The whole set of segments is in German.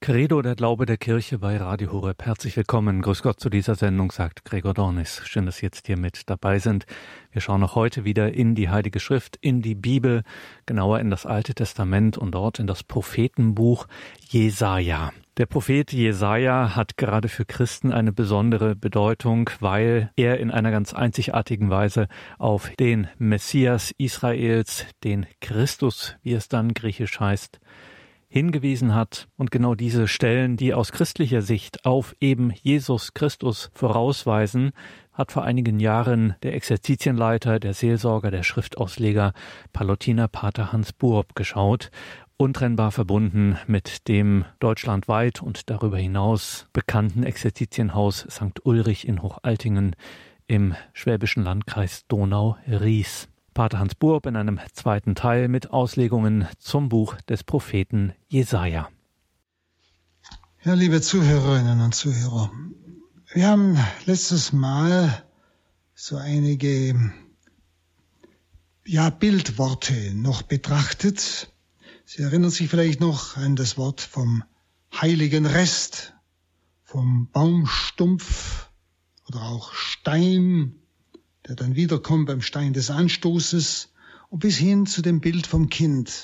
Credo, der Glaube der Kirche bei Radio Horeb. Herzlich willkommen. Grüß Gott zu dieser Sendung, sagt Gregor Dornis. Schön, dass Sie jetzt hier mit dabei sind. Wir schauen auch heute wieder in die Heilige Schrift, in die Bibel, genauer in das Alte Testament und dort in das Prophetenbuch Jesaja. Der Prophet Jesaja hat gerade für Christen eine besondere Bedeutung, weil er in einer ganz einzigartigen Weise auf den Messias Israels, den Christus, wie es dann griechisch heißt, hingewiesen hat. Und genau diese Stellen, die aus christlicher Sicht auf eben Jesus Christus vorausweisen, hat vor einigen Jahren der Exerzitienleiter, der Seelsorger, der Schriftausleger Pallottiner Pater Hans Buob geschaut, untrennbar verbunden mit dem deutschlandweit und darüber hinaus bekannten Exerzitienhaus St. Ulrich in Hochaltingen im schwäbischen Landkreis Donau-Ries. Pater Hans Buob in einem zweiten Teil mit Auslegungen zum Buch des Propheten Jesaja. Ja, liebe Zuhörerinnen und Zuhörer, wir haben letztes Mal so einige Bildworte noch betrachtet. Sie erinnern sich vielleicht noch an das Wort vom heiligen Rest, vom Baumstumpf oder auch Stein, der dann wiederkommt beim Stein des Anstoßes, und bis hin zu dem Bild vom Kind.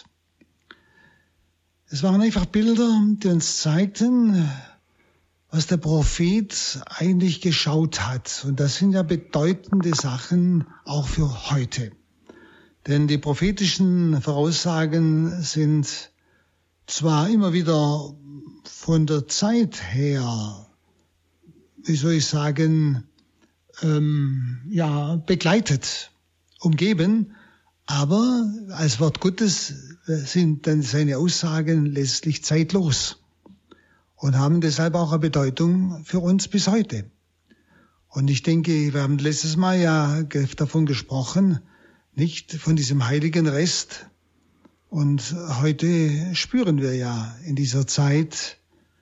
Es waren einfach Bilder, die uns zeigten, was der Prophet eigentlich geschaut hat. Und das sind ja bedeutende Sachen auch für heute. Denn die prophetischen Voraussagen sind zwar immer wieder von der Zeit her, begleitet, umgeben, aber als Wort Gottes sind dann seine Aussagen letztlich zeitlos und haben deshalb auch eine Bedeutung für uns bis heute. Und ich denke, wir haben letztes Mal ja davon gesprochen, nicht von diesem heiligen Rest. Und heute spüren wir ja in dieser Zeit,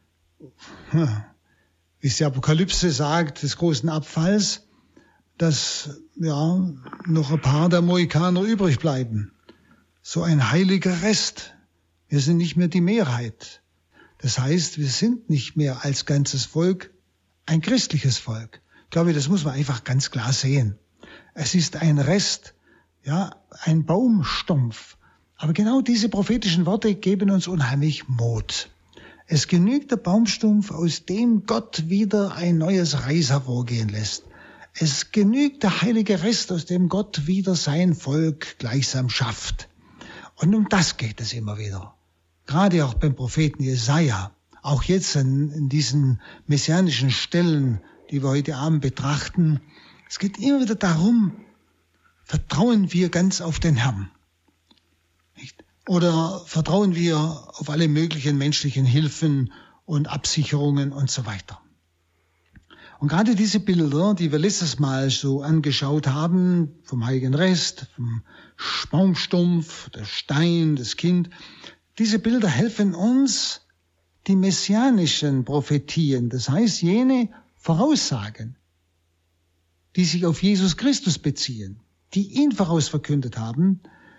wie es die Apokalypse sagt, des großen Abfalls, dass noch ein paar der Mohikaner übrig bleiben. So ein heiliger Rest. Wir sind nicht mehr die Mehrheit. Das heißt, wir sind nicht mehr als ganzes Volk ein christliches Volk. Ich glaube, das muss man einfach ganz klar sehen. Es ist ein Rest, ein Baumstumpf. Aber genau diese prophetischen Worte geben uns unheimlich Mut. Es genügt der Baumstumpf, aus dem Gott wieder ein neues Reis hervorgehen lässt. Es genügt der heilige Rest, aus dem Gott wieder sein Volk gleichsam schafft. Und um das geht es immer wieder. Gerade auch beim Propheten Jesaja. Auch jetzt in diesen messianischen Stellen, die wir heute Abend betrachten. Es geht immer wieder darum, vertrauen wir ganz auf den Herrn? Nicht? Oder vertrauen wir auf alle möglichen menschlichen Hilfen und Absicherungen und so weiter? Und gerade diese Bilder, die wir letztes Mal so angeschaut haben, vom heiligen Rest, vom Baumstumpf, der Stein, das Kind, diese Bilder helfen uns, die messianischen Prophetien, das heißt jene Voraussagen, die sich auf Jesus Christus beziehen, die ihn vorausverkündet haben,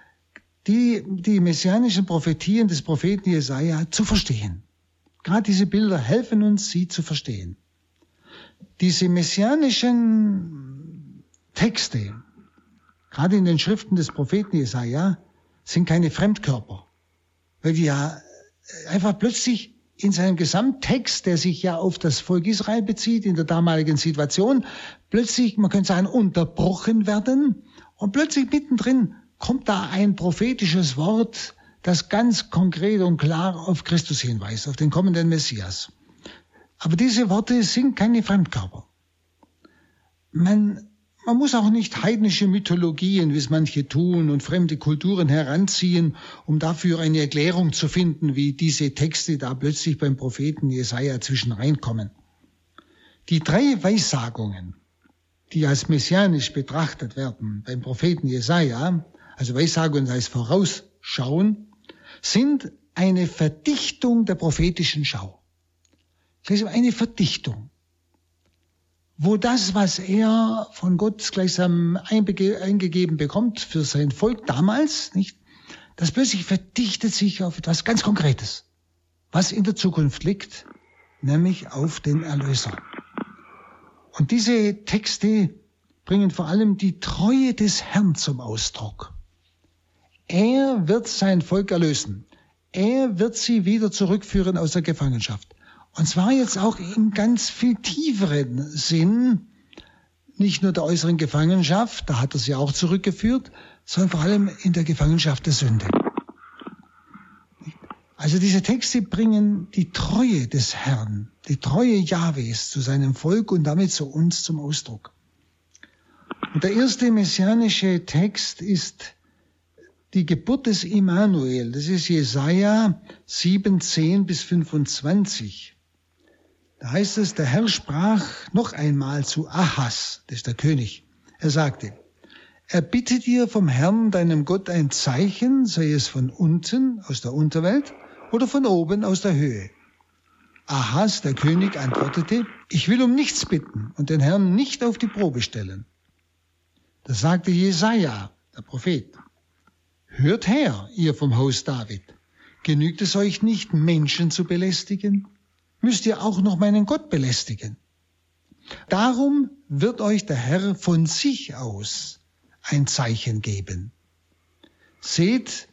die messianischen Prophetien des Propheten Jesaja zu verstehen. Gerade diese Bilder helfen uns, sie zu verstehen. Diese messianischen Texte, gerade in den Schriften des Propheten Jesaja, sind keine Fremdkörper, weil die ja einfach plötzlich in seinem Gesamttext, der sich ja auf das Volk Israel bezieht, in der damaligen Situation, plötzlich, man könnte sagen, unterbrochen werden und plötzlich mittendrin kommt da ein prophetisches Wort, das ganz konkret und klar auf Christus hinweist, auf den kommenden Messias. Aber diese Worte sind keine Fremdkörper. Man muss auch nicht heidnische Mythologien, wie es manche tun, und fremde Kulturen heranziehen, um dafür eine Erklärung zu finden, wie diese Texte da plötzlich beim Propheten Jesaja zwischen reinkommen. Die 3 Weissagungen, die als messianisch betrachtet werden beim Propheten Jesaja, also Weissagung heißt vorausschauen, sind eine Verdichtung der prophetischen Schau. Das heißt eine Verdichtung, wo das, was er von Gott gleichsam eingegeben bekommt für sein Volk damals, nicht, das plötzlich verdichtet sich auf etwas ganz Konkretes, was in der Zukunft liegt, nämlich auf den Erlöser. Und diese Texte bringen vor allem die Treue des Herrn zum Ausdruck. Er wird sein Volk erlösen. Er wird sie wieder zurückführen aus der Gefangenschaft. Und zwar jetzt auch im ganz viel tieferen Sinn, nicht nur der äußeren Gefangenschaft, da hat er sie auch zurückgeführt, sondern vor allem in der Gefangenschaft der Sünde. Also diese Texte bringen die Treue des Herrn, die Treue Jahwes zu seinem Volk und damit zu uns zum Ausdruck. Und der erste messianische Text ist die Geburt des Immanuel. Das ist Jesaja 7, 10 bis 25. Da heißt es, der Herr sprach noch einmal zu Ahas, das ist der König. Er sagte, erbitte dir vom Herrn, deinem Gott, ein Zeichen, sei es von unten, aus der Unterwelt, oder von oben, aus der Höhe. Ahas, der König, antwortete, ich will um nichts bitten und den Herrn nicht auf die Probe stellen. Da sagte Jesaja, der Prophet, hört her, ihr vom Haus David, genügt es euch nicht, Menschen zu belästigen? Müsst ihr auch noch meinen Gott belästigen? Darum wird euch der Herr von sich aus ein Zeichen geben. Seht,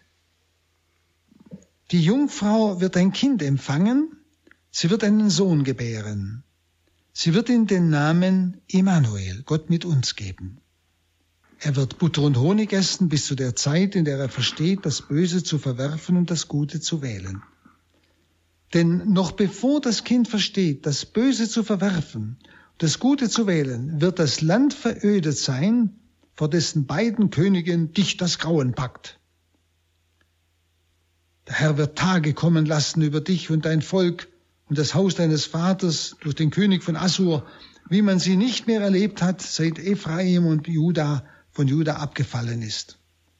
die Jungfrau wird ein Kind empfangen, sie wird einen Sohn gebären. Sie wird ihm den Namen Immanuel, Gott mit uns, geben. Er wird Butter und Honig essen bis zu der Zeit, in der er versteht, das Böse zu verwerfen und das Gute zu wählen. Denn noch bevor das Kind versteht, das Böse zu verwerfen, das Gute zu wählen, wird das Land verödet sein, vor dessen beiden Königen dich das Grauen packt. Der Herr wird Tage kommen lassen über dich und dein Volk und das Haus deines Vaters durch den König von Assur, wie man sie nicht mehr erlebt hat, seit Ephraim und Juda von Juda abgefallen ist.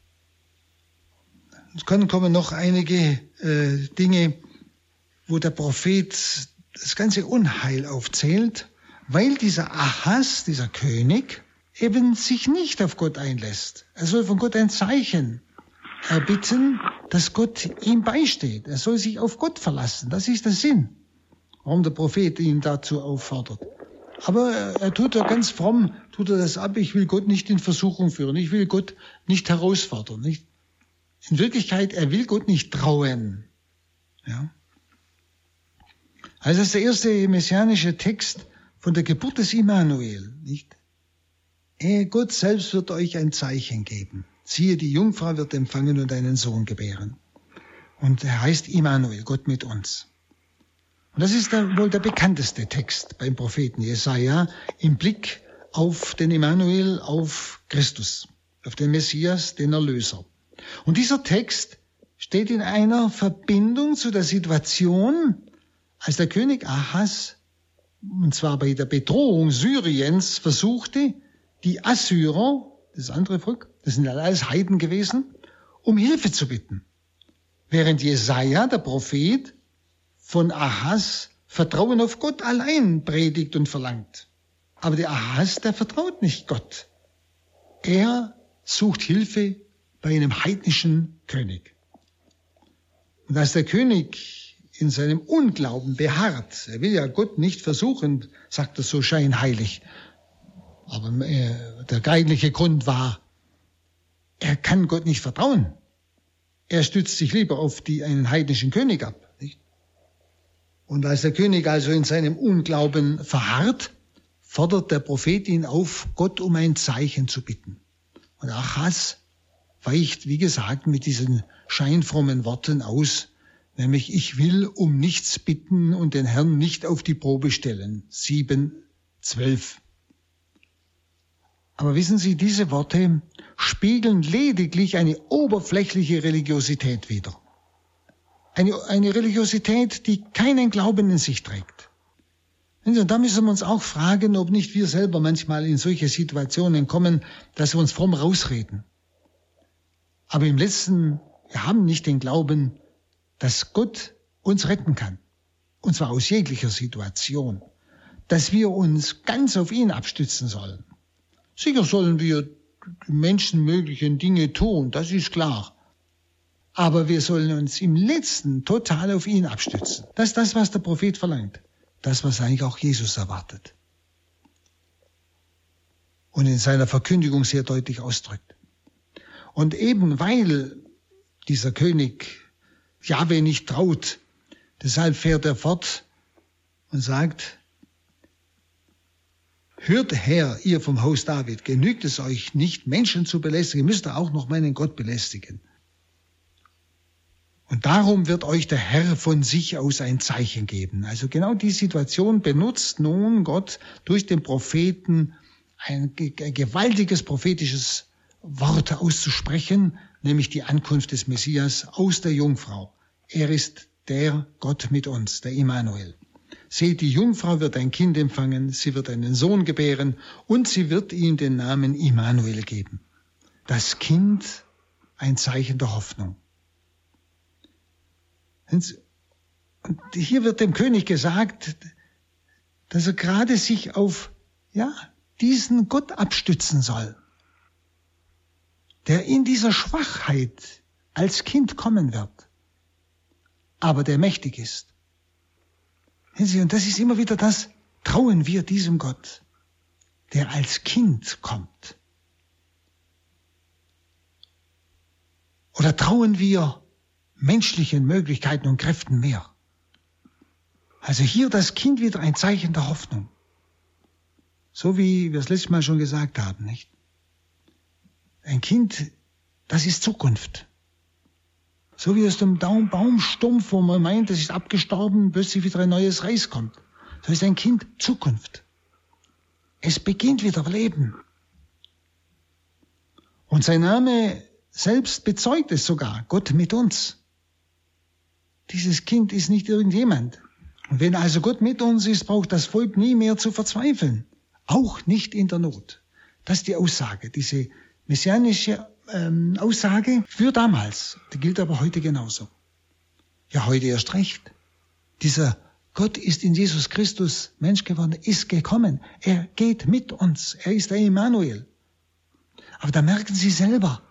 Es können kommen noch einige Dinge, wo der Prophet das ganze Unheil aufzählt, weil dieser Ahas, dieser König, eben sich nicht auf Gott einlässt. Er soll von Gott ein Zeichen erbitten, dass Gott ihm beisteht. Er soll sich auf Gott verlassen. Das ist der Sinn, warum der Prophet ihn dazu auffordert. Aber er tut ja ganz fromm, tut er das ab, ich will Gott nicht in Versuchung führen, ich will Gott nicht herausfordern. Nicht? In Wirklichkeit, er will Gott nicht trauen. Ja? Also das ist der erste messianische Text von der Geburt des Immanuel. Nicht? Gott selbst wird euch ein Zeichen geben. Siehe, die Jungfrau wird empfangen und einen Sohn gebären. Und er heißt Immanuel, Gott mit uns. Und das ist wohl der bekannteste Text beim Propheten Jesaja im Blick auf den Immanuel, auf Christus, auf den Messias, den Erlöser. Und dieser Text steht in einer Verbindung zu der Situation, als der König Ahas, und zwar bei der Bedrohung Syriens, versuchte, die Assyrer, das andere Volk, das sind ja alles Heiden gewesen, um Hilfe zu bitten. Während Jesaja, der Prophet, von Ahas Vertrauen auf Gott allein predigt und verlangt. Aber der Ahas, der vertraut nicht Gott. Er sucht Hilfe bei einem heidnischen König. Und als der König in seinem Unglauben beharrt, er will ja Gott nicht versuchen, sagt er so scheinheilig, aber der eigentliche Grund war, er kann Gott nicht vertrauen. Er stützt sich lieber auf einen heidnischen König ab. Nicht? Und als der König also in seinem Unglauben verharrt, fordert der Prophet ihn auf, Gott um ein Zeichen zu bitten. Und Ahas weicht, wie gesagt, mit diesen scheinfrommen Worten aus, nämlich ich will um nichts bitten und den Herrn nicht auf die Probe stellen. 7,12. Aber wissen Sie, diese Worte spiegeln lediglich eine oberflächliche Religiosität wider. Eine Religiosität, die keinen Glauben in sich trägt. Und da müssen wir uns auch fragen, ob nicht wir selber manchmal in solche Situationen kommen, dass wir uns fromm rausreden. Aber im Letzten, wir haben nicht den Glauben, dass Gott uns retten kann. Und zwar aus jeglicher Situation. Dass wir uns ganz auf ihn abstützen sollen. Sicher sollen wir die menschenmöglichen Dinge tun, das ist klar. Aber wir sollen uns im Letzten total auf ihn abstützen. Das ist das, was der Prophet verlangt. Das, was eigentlich auch Jesus erwartet. Und in seiner Verkündigung sehr deutlich ausdrückt. Und eben weil dieser König Jahwe nicht traut, deshalb fährt er fort und sagt, hört her, ihr vom Haus David, genügt es euch nicht, Menschen zu belästigen, müsst ihr auch noch meinen Gott belästigen. Und darum wird euch der Herr von sich aus ein Zeichen geben. Also genau die Situation benutzt nun Gott durch den Propheten, ein gewaltiges prophetisches Wort auszusprechen, nämlich die Ankunft des Messias aus der Jungfrau. Er ist der Gott mit uns, der Immanuel. Seht, die Jungfrau wird ein Kind empfangen, sie wird einen Sohn gebären und sie wird ihm den Namen Immanuel geben. Das Kind, ein Zeichen der Hoffnung. Und hier wird dem König gesagt, dass er gerade sich auf diesen Gott abstützen soll, der in dieser Schwachheit als Kind kommen wird, aber der mächtig ist. Und das ist immer wieder das, trauen wir diesem Gott, der als Kind kommt? Oder trauen wir menschlichen Möglichkeiten und Kräften mehr? Also hier das Kind wieder ein Zeichen der Hoffnung. So wie wir es letztes Mal schon gesagt haben, nicht? Ein Kind, das ist Zukunft. So wie aus dem Baumstumpf, wo man meint, das ist abgestorben, plötzlich wieder ein neues Reis kommt. So ist ein Kind Zukunft. Es beginnt wieder Leben. Und sein Name selbst bezeugt es sogar, Gott mit uns. Dieses Kind ist nicht irgendjemand. Und wenn also Gott mit uns ist, braucht das Volk nie mehr zu verzweifeln. Auch nicht in der Not. Das ist die Aussage, diese messianische Aussage für damals. Die gilt aber heute genauso. Ja, heute erst recht. Dieser Gott ist in Jesus Christus Mensch geworden, ist gekommen. Er geht mit uns. Er ist der Immanuel. Aber da merken Sie selber,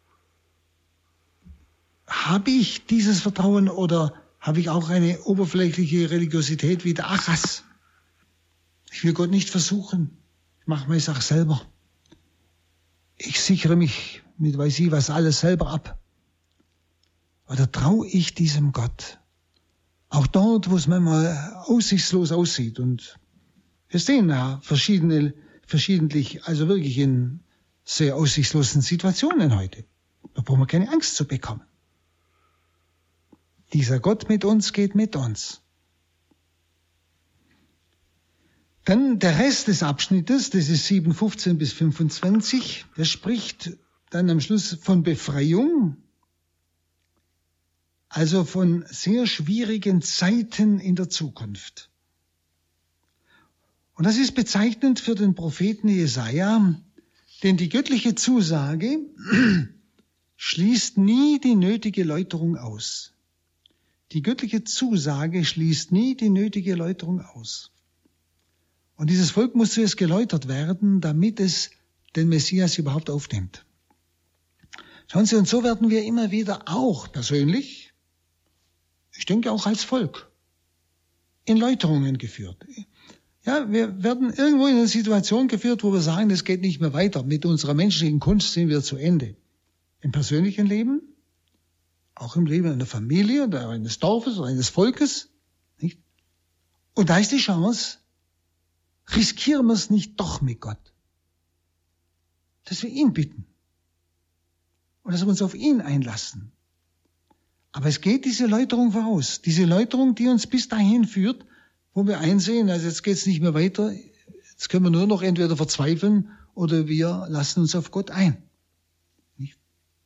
habe ich dieses Vertrauen oder habe ich auch eine oberflächliche Religiosität wie der Achas? Ich will Gott nicht versuchen. Ich mache meine Sache selber. Ich sichere mich mit weiß ich was alles selber ab. Oder traue ich diesem Gott? Auch dort, wo es manchmal aussichtslos aussieht. Und wir sehen da verschiedentlich, also wirklich in sehr aussichtslosen Situationen heute. Da brauchen wir keine Angst zu bekommen. Dieser Gott mit uns geht mit uns. Dann der Rest des Abschnittes, das ist 7,15 bis 25, der spricht dann am Schluss von Befreiung, also von sehr schwierigen Zeiten in der Zukunft. Und das ist bezeichnend für den Propheten Jesaja, denn die göttliche Zusage schließt nie die nötige Läuterung aus. Die göttliche Zusage schließt nie die nötige Läuterung aus. Und dieses Volk muss zuerst geläutert werden, damit es den Messias überhaupt aufnimmt. Schauen Sie, und so werden wir immer wieder auch persönlich, ich denke auch als Volk, in Läuterungen geführt. Ja, wir werden irgendwo in eine Situation geführt, wo wir sagen, das geht nicht mehr weiter. Mit unserer menschlichen Kunst sind wir zu Ende. Im persönlichen Leben, auch im Leben einer Familie oder eines Dorfes oder eines Volkes. Nicht? Und da ist die Chance, riskieren wir es nicht doch mit Gott. Dass wir ihn bitten. Und dass wir uns auf ihn einlassen. Aber es geht diese Läuterung voraus. Diese Läuterung, die uns bis dahin führt, wo wir einsehen, also jetzt geht es nicht mehr weiter. Jetzt können wir nur noch entweder verzweifeln oder wir lassen uns auf Gott ein. Nicht?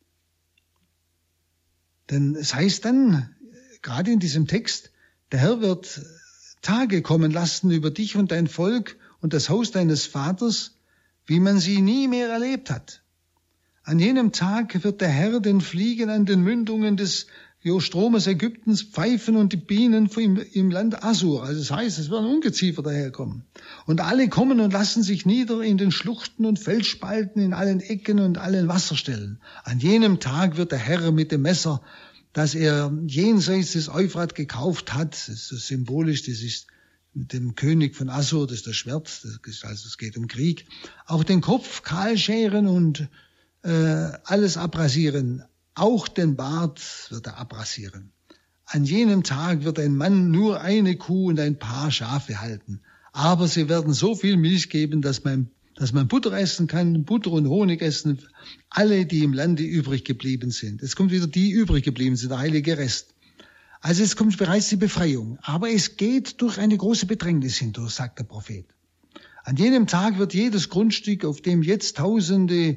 Denn es heißt dann, gerade in diesem Text, der Herr wird Tage kommen lassen über dich und dein Volk und das Haus deines Vaters, wie man sie nie mehr erlebt hat. An jenem Tag wird der Herr den Fliegen an den Mündungen des Stromes Ägyptens pfeifen und die Bienen im Land Assur. Also das heißt, es werden Ungeziefer daherkommen. Und alle kommen und lassen sich nieder in den Schluchten und Felsspalten, in allen Ecken und allen Wasserstellen. An jenem Tag wird der Herr mit dem Messer dass er jenseits des Euphrat gekauft hat. Das ist so symbolisch, das ist mit dem König von Assur, das ist das Schwert, also es geht um Krieg. Auch den Kopf kahl scheren und alles abrasieren. Auch den Bart wird er abrasieren. An jenem Tag wird ein Mann nur eine Kuh und ein paar Schafe halten. Aber sie werden so viel Milch geben, dass man Butter essen kann, Butter und Honig essen, alle, die im Lande übrig geblieben sind. Es kommt wieder die übrig geblieben sind, der heilige Rest. Also es kommt bereits die Befreiung. Aber es geht durch eine große Bedrängnis hindurch, sagt der Prophet. An jenem Tag wird jedes Grundstück, auf dem jetzt tausende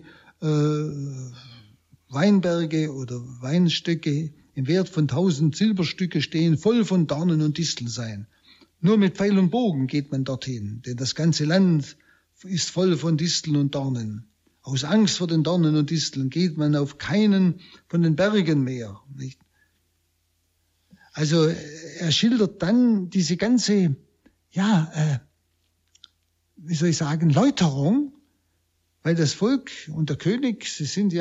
Weinberge oder Weinstöcke im Wert von 1000 Silberstücke stehen, voll von Dornen und Disteln sein. Nur mit Pfeil und Bogen geht man dorthin, denn das ganze Land ist voll von Disteln und Dornen. Aus Angst vor den Dornen und Disteln geht man auf keinen von den Bergen mehr. Nicht? Also er schildert dann diese ganze, Läuterung, weil das Volk und der König, sie sind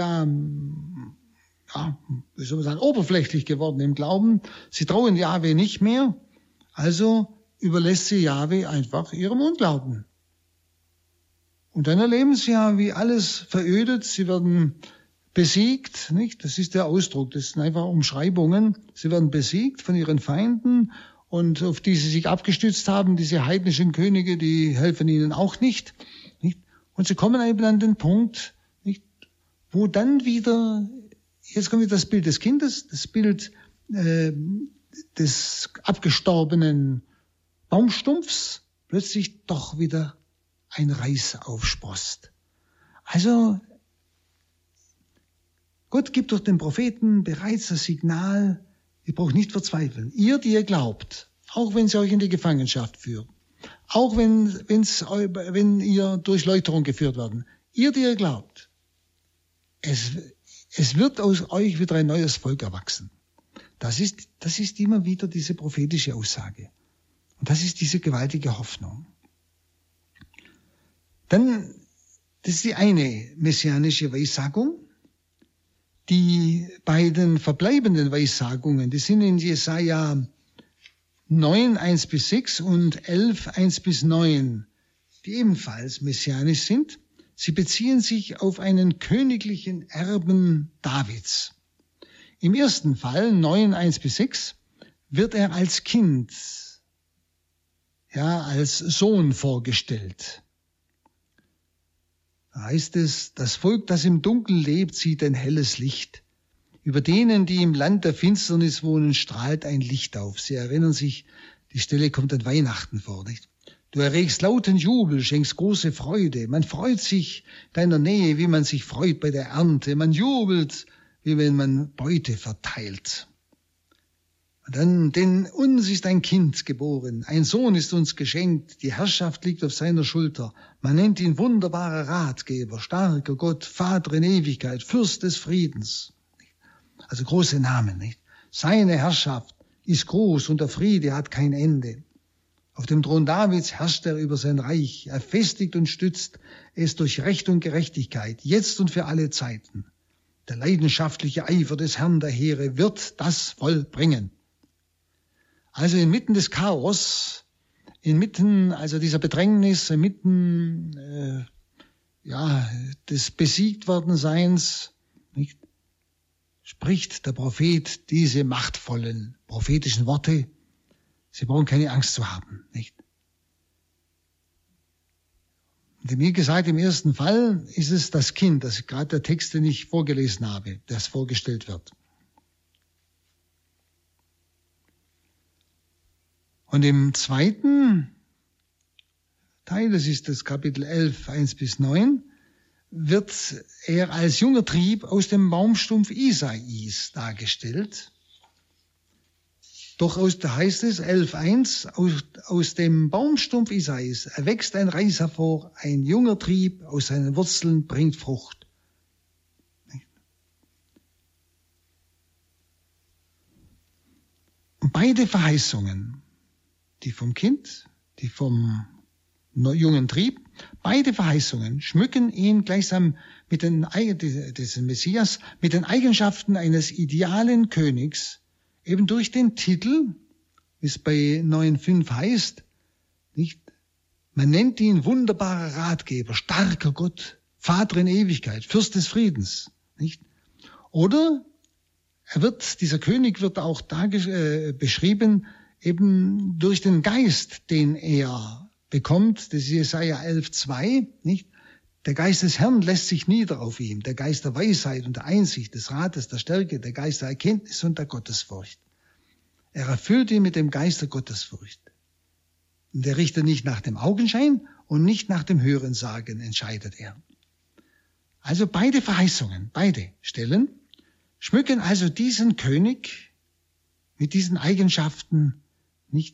oberflächlich geworden im Glauben. Sie trauen Jahwe nicht mehr, also überlässt sie Jahwe einfach ihrem Unglauben. Und dann erleben sie wie alles verödet, sie werden besiegt, nicht? Das ist der Ausdruck, das sind einfach Umschreibungen. Sie werden besiegt von ihren Feinden und auf die sie sich abgestützt haben, diese heidnischen Könige, die helfen ihnen auch nicht, nicht? Und sie kommen eben an den Punkt, nicht? Wo dann wieder, jetzt kommt wieder das Bild des Kindes, das Bild des abgestorbenen Baumstumpfs, plötzlich doch wieder ein Reis aufsproßt. Also Gott gibt durch den Propheten bereits das Signal, ihr braucht nicht verzweifeln. Ihr, die ihr glaubt, auch wenn sie euch in die Gefangenschaft führen, auch wenn ihr durch Läuterung geführt werden, ihr, die ihr glaubt, es wird aus euch wieder ein neues Volk erwachsen. Das ist immer wieder diese prophetische Aussage. Und das ist diese gewaltige Hoffnung. Dann, das ist die eine messianische Weissagung. Die beiden verbleibenden Weissagungen, die sind in Jesaja 9, 1-6 und 11, 1-9, die ebenfalls messianisch sind. Sie beziehen sich auf einen königlichen Erben Davids. Im ersten Fall, 9, 1-6, wird er als Kind, als Sohn vorgestellt. Da heißt es, das Volk, das im Dunkeln lebt, sieht ein helles Licht. Über denen, die im Land der Finsternis wohnen, strahlt ein Licht auf. Sie erinnern sich, die Stelle kommt an Weihnachten vor, nicht? Du erregst lauten Jubel, schenkst große Freude. Man freut sich deiner Nähe, wie man sich freut bei der Ernte. Man jubelt, wie wenn man Beute verteilt. Und dann, denn uns ist ein Kind geboren, ein Sohn ist uns geschenkt, die Herrschaft liegt auf seiner Schulter. Man nennt ihn wunderbarer Ratgeber, starker Gott, Vater in Ewigkeit, Fürst des Friedens. Also große Namen, nicht? Seine Herrschaft ist groß und der Friede hat kein Ende. Auf dem Thron Davids herrscht er über sein Reich. Er festigt und stützt es durch Recht und Gerechtigkeit, jetzt und für alle Zeiten. Der leidenschaftliche Eifer des Herrn der Heere wird das vollbringen. Also inmitten des Chaos, inmitten dieser Bedrängnis, inmitten des Besiegtwerdenseins, nicht, spricht der Prophet diese machtvollen prophetischen Worte. Sie brauchen keine Angst zu haben, nicht? Und wie gesagt, im ersten Fall ist es das Kind, das gerade der Text, den ich vorgelesen habe, das vorgestellt wird. Und im zweiten Teil, das ist das Kapitel 11, 1-9, wird er als junger Trieb aus dem Baumstumpf Isais dargestellt. Doch da heißt es, 11,1, aus dem Baumstumpf Isais erwächst ein Reis hervor, ein junger Trieb aus seinen Wurzeln bringt Frucht. Und beide Verheißungen, die vom Kind, die vom jungen Trieb. Beide Verheißungen schmücken ihn gleichsam mit diesen Messias mit den Eigenschaften eines idealen Königs, eben durch den Titel, wie es bei 9,5 heißt, nicht? Man nennt ihn wunderbarer Ratgeber, starker Gott, Vater in Ewigkeit, Fürst des Friedens, nicht? Oder dieser König wird auch beschrieben, eben durch den Geist, den er bekommt, das ist Jesaja 11,2, nicht? Der Geist des Herrn lässt sich nieder auf ihm, der Geist der Weisheit und der Einsicht, des Rates, der Stärke, der Geist der Erkenntnis und der Gottesfurcht. Er erfüllt ihn mit dem Geist der Gottesfurcht. Und er richtet nicht nach dem Augenschein und nicht nach dem Hörensagen, entscheidet er. Also beide Verheißungen, beide Stellen, schmücken also diesen König mit diesen Eigenschaften, nicht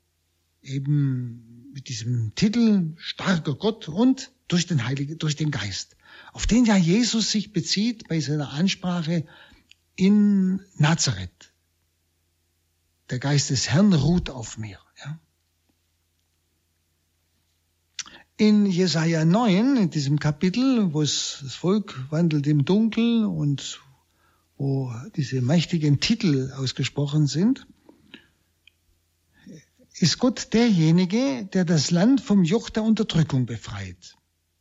eben mit diesem Titel starker Gott und durch den Geist, auf den ja Jesus sich bezieht bei seiner Ansprache in Nazareth. Der Geist des Herrn ruht auf mir. Ja. In Jesaja 9, in diesem Kapitel, wo das Volk wandelt im Dunkel und wo diese mächtigen Titel ausgesprochen sind, ist Gott derjenige, der das Land vom Joch der Unterdrückung befreit.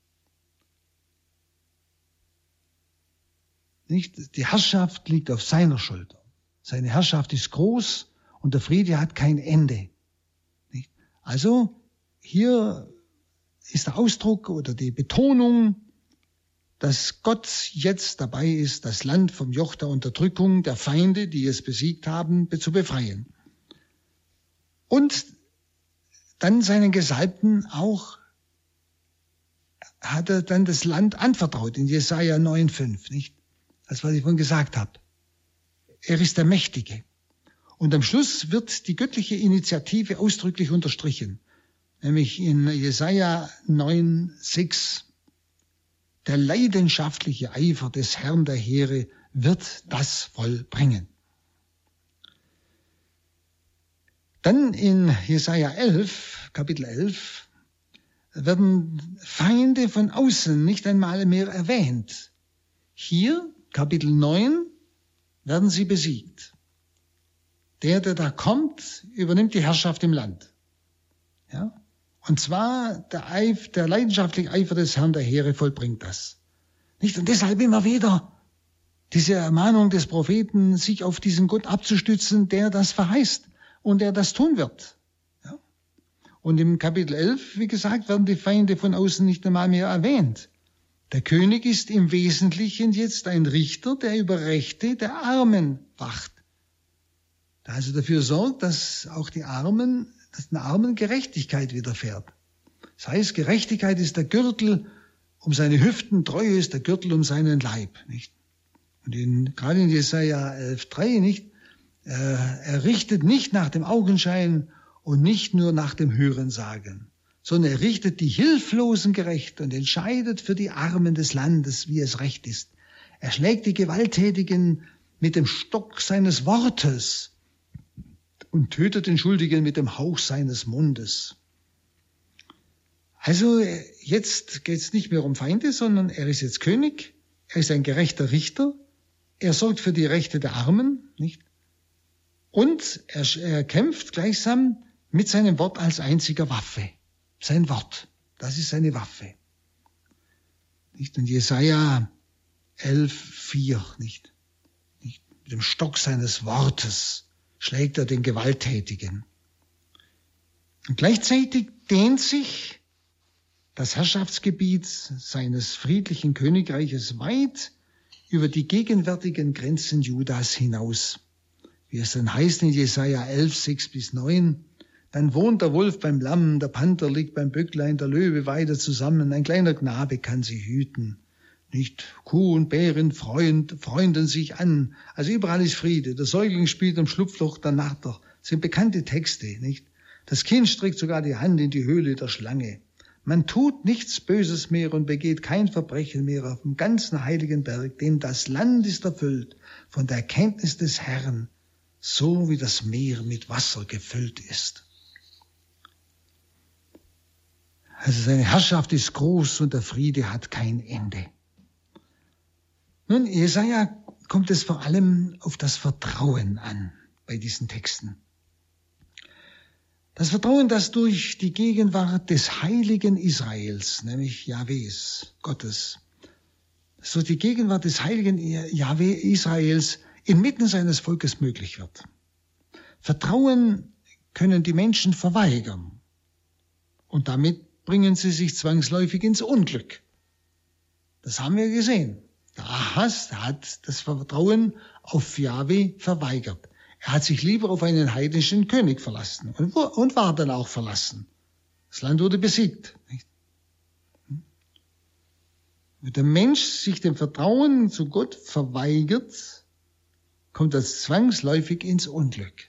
Nicht? Die Herrschaft liegt auf seiner Schulter. Seine Herrschaft ist groß und der Friede hat kein Ende. Nicht? Also hier ist der Ausdruck oder die Betonung, dass Gott jetzt dabei ist, das Land vom Joch der Unterdrückung der Feinde, die es besiegt haben, zu befreien. Und dann seinen Gesalbten auch hat er dann das Land anvertraut in Jesaja 9,5, nicht? Das, was ich vorhin gesagt habe. Er ist der Mächtige. Und am Schluss wird die göttliche Initiative ausdrücklich unterstrichen. Nämlich in Jesaja 9,6. Der leidenschaftliche Eifer des Herrn der Heere wird das vollbringen. Dann in Jesaja 11, Kapitel 11, werden Feinde von außen nicht einmal mehr erwähnt. Hier, Kapitel 9, werden sie besiegt. Der da kommt, übernimmt die Herrschaft im Land. Ja? Und zwar der leidenschaftliche Eifer des Herrn der Heere vollbringt das. Nicht? Und deshalb immer wieder diese Ermahnung des Propheten, sich auf diesen Gott abzustützen, der das verheißt und der das tun wird. Ja? Und im Kapitel 11, wie gesagt, werden die Feinde von außen nicht einmal mehr erwähnt. Der König ist im Wesentlichen jetzt ein Richter, der über Rechte der Armen wacht. Der also dafür sorgt, dass auch den Armen Gerechtigkeit widerfährt. Das heißt, Gerechtigkeit ist der Gürtel um seine Hüften, Treue ist der Gürtel um seinen Leib, nicht? Und gerade in Jesaja 11,3, nicht? Er richtet nicht nach dem Augenschein und nicht nur nach dem Hörensagen, sondern er richtet die Hilflosen gerecht und entscheidet für die Armen des Landes, wie es recht ist. Er schlägt die Gewalttätigen mit dem Stock seines Wortes und tötet den Schuldigen mit dem Hauch seines Mundes. Also jetzt geht es nicht mehr um Feinde, sondern er ist jetzt König, er ist ein gerechter Richter, er sorgt für die Rechte der Armen, nicht? Und er kämpft gleichsam mit seinem Wort als einziger Waffe. Sein Wort, das ist seine Waffe. Nicht? Und Jesaja 11,4, nicht? Mit dem Stock seines Wortes schlägt er den Gewalttätigen. Und gleichzeitig dehnt sich das Herrschaftsgebiet seines friedlichen Königreiches weit über die gegenwärtigen Grenzen Judas hinaus. Wie es dann heißt in Jesaja 11, 6-9, dann wohnt der Wolf beim Lamm, der Panther liegt beim Böcklein, der Löwe weidet zusammen, ein kleiner Knabe kann sie hüten. Nicht Kuh und Bären freunden sich an. Also überall ist Friede. Der Säugling spielt am Schlupfloch der Natter. Das sind bekannte Texte, nicht? Das Kind streckt sogar die Hand in die Höhle der Schlange. Man tut nichts Böses mehr und begeht kein Verbrechen mehr auf dem ganzen heiligen Berg, denn das Land ist erfüllt von der Erkenntnis des Herrn, so wie das Meer mit Wasser gefüllt ist. Also seine Herrschaft ist groß und der Friede hat kein Ende. Nun, Jesaja kommt es vor allem auf das Vertrauen an bei diesen Texten. Das Vertrauen, das durch die Gegenwart des heiligen Israels, nämlich Jahwes, Gottes, das durch die Gegenwart des heiligen Jahwe Israels inmitten seines Volkes möglich wird. Vertrauen können die Menschen verweigern. Und damit bringen sie sich zwangsläufig ins Unglück. Das haben wir gesehen. Der Ahas hat das Vertrauen auf Jahwe verweigert. Er hat sich lieber auf einen heidnischen König verlassen und war dann auch verlassen. Das Land wurde besiegt. Wenn der Mensch sich dem Vertrauen zu Gott verweigert, kommt er zwangsläufig ins Unglück.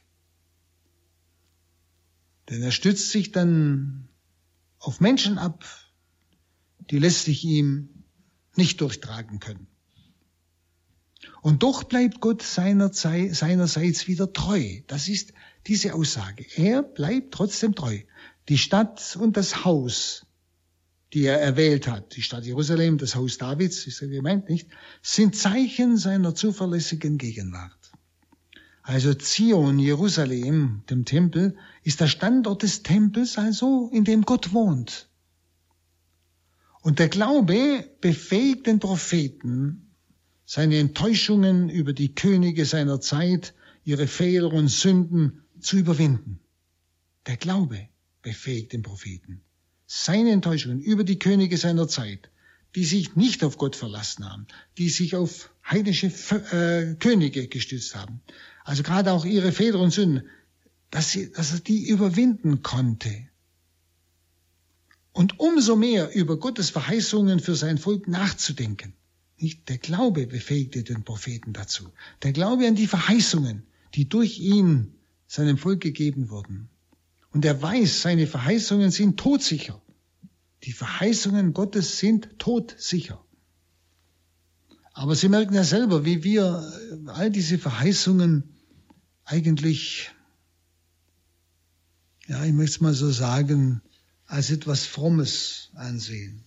Denn er stützt sich dann auf Menschen ab, die letztlich ihm nicht durchtragen können. Und doch bleibt Gott seinerseits wieder treu. Das ist diese Aussage. Er bleibt trotzdem treu. Die Stadt und das Haus, die er erwählt hat, die Stadt Jerusalem, das Haus Davids, ist ja gemeint, nicht, sind Zeichen seiner zuverlässigen Gegenwart. Also Zion, Jerusalem, dem Tempel, ist der Standort des Tempels, also in dem Gott wohnt. Und der Glaube befähigt den Propheten, seine Enttäuschungen über die Könige seiner Zeit, ihre Fehler und Sünden zu überwinden. Der Glaube befähigt den Propheten, seine Enttäuschungen über die Könige seiner Zeit, die sich nicht auf Gott verlassen haben, die sich auf heidnische Könige gestützt haben. Also gerade auch ihre Fehler und Sünden, dass er die überwinden konnte. Und umso mehr über Gottes Verheißungen für sein Volk nachzudenken. Nicht der Glaube befähigte den Propheten dazu. Der Glaube an die Verheißungen, die durch ihn seinem Volk gegeben wurden. Und er weiß, seine Verheißungen sind todsicher. Die Verheißungen Gottes sind todsicher. Aber Sie merken ja selber, wie wir all diese Verheißungen eigentlich, ja, ich möchte es mal so sagen, als etwas Frommes ansehen.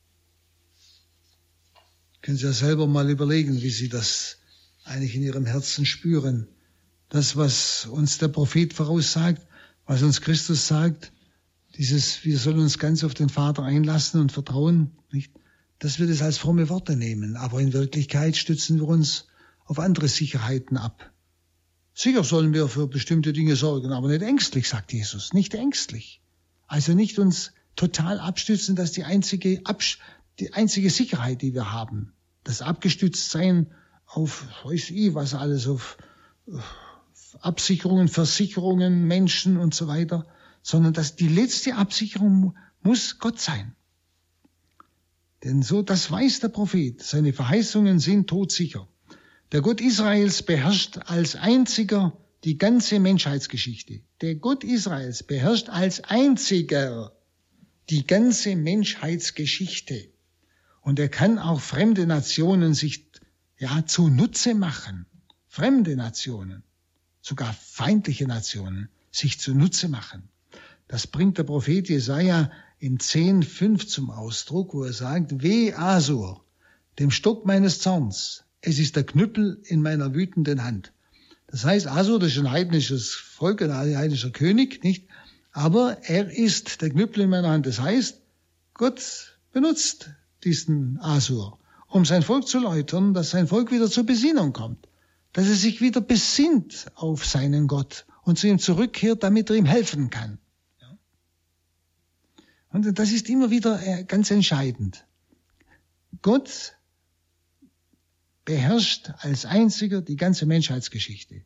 Können Sie ja selber mal überlegen, wie Sie das eigentlich in Ihrem Herzen spüren. Das, was uns der Prophet voraussagt, was uns Christus sagt, wir sollen uns ganz auf den Vater einlassen und vertrauen, nicht? Dass wir das als fromme Worte nehmen. Aber in Wirklichkeit stützen wir uns auf andere Sicherheiten ab. Sicher sollen wir für bestimmte Dinge sorgen, aber nicht ängstlich, sagt Jesus. Nicht ängstlich. Also nicht uns total abstützen, dass die einzige Sicherheit, die wir haben, das Abgestütztsein auf, weiß ich, was alles, auf Absicherungen, Versicherungen, Menschen und so weiter, sondern dass die letzte Absicherung muss Gott sein. Denn so, das weiß der Prophet, seine Verheißungen sind todsicher. Der Gott Israels beherrscht als einziger die ganze Menschheitsgeschichte. Der Gott Israels beherrscht als einziger die ganze Menschheitsgeschichte. Und er kann auch fremde Nationen sich zunutze machen. Fremde Nationen, sogar feindliche Nationen, sich zunutze machen. Das bringt der Prophet Jesaja in 10,5 zum Ausdruck, wo er sagt, Weh Asur, dem Stock meines Zorns, es ist der Knüppel in meiner wütenden Hand. Das heißt, Asur, das ist ein heidnisches Volk, ein heidnischer König, nicht? Aber er ist der Knüppel in meiner Hand. Das heißt, Gott benutzt diesen Asur, um sein Volk zu läutern, dass sein Volk wieder zur Besinnung kommt, dass er sich wieder besinnt auf seinen Gott und zu ihm zurückkehrt, damit er ihm helfen kann. Ja. Und das ist immer wieder ganz entscheidend. Gott beherrscht als einziger die ganze Menschheitsgeschichte.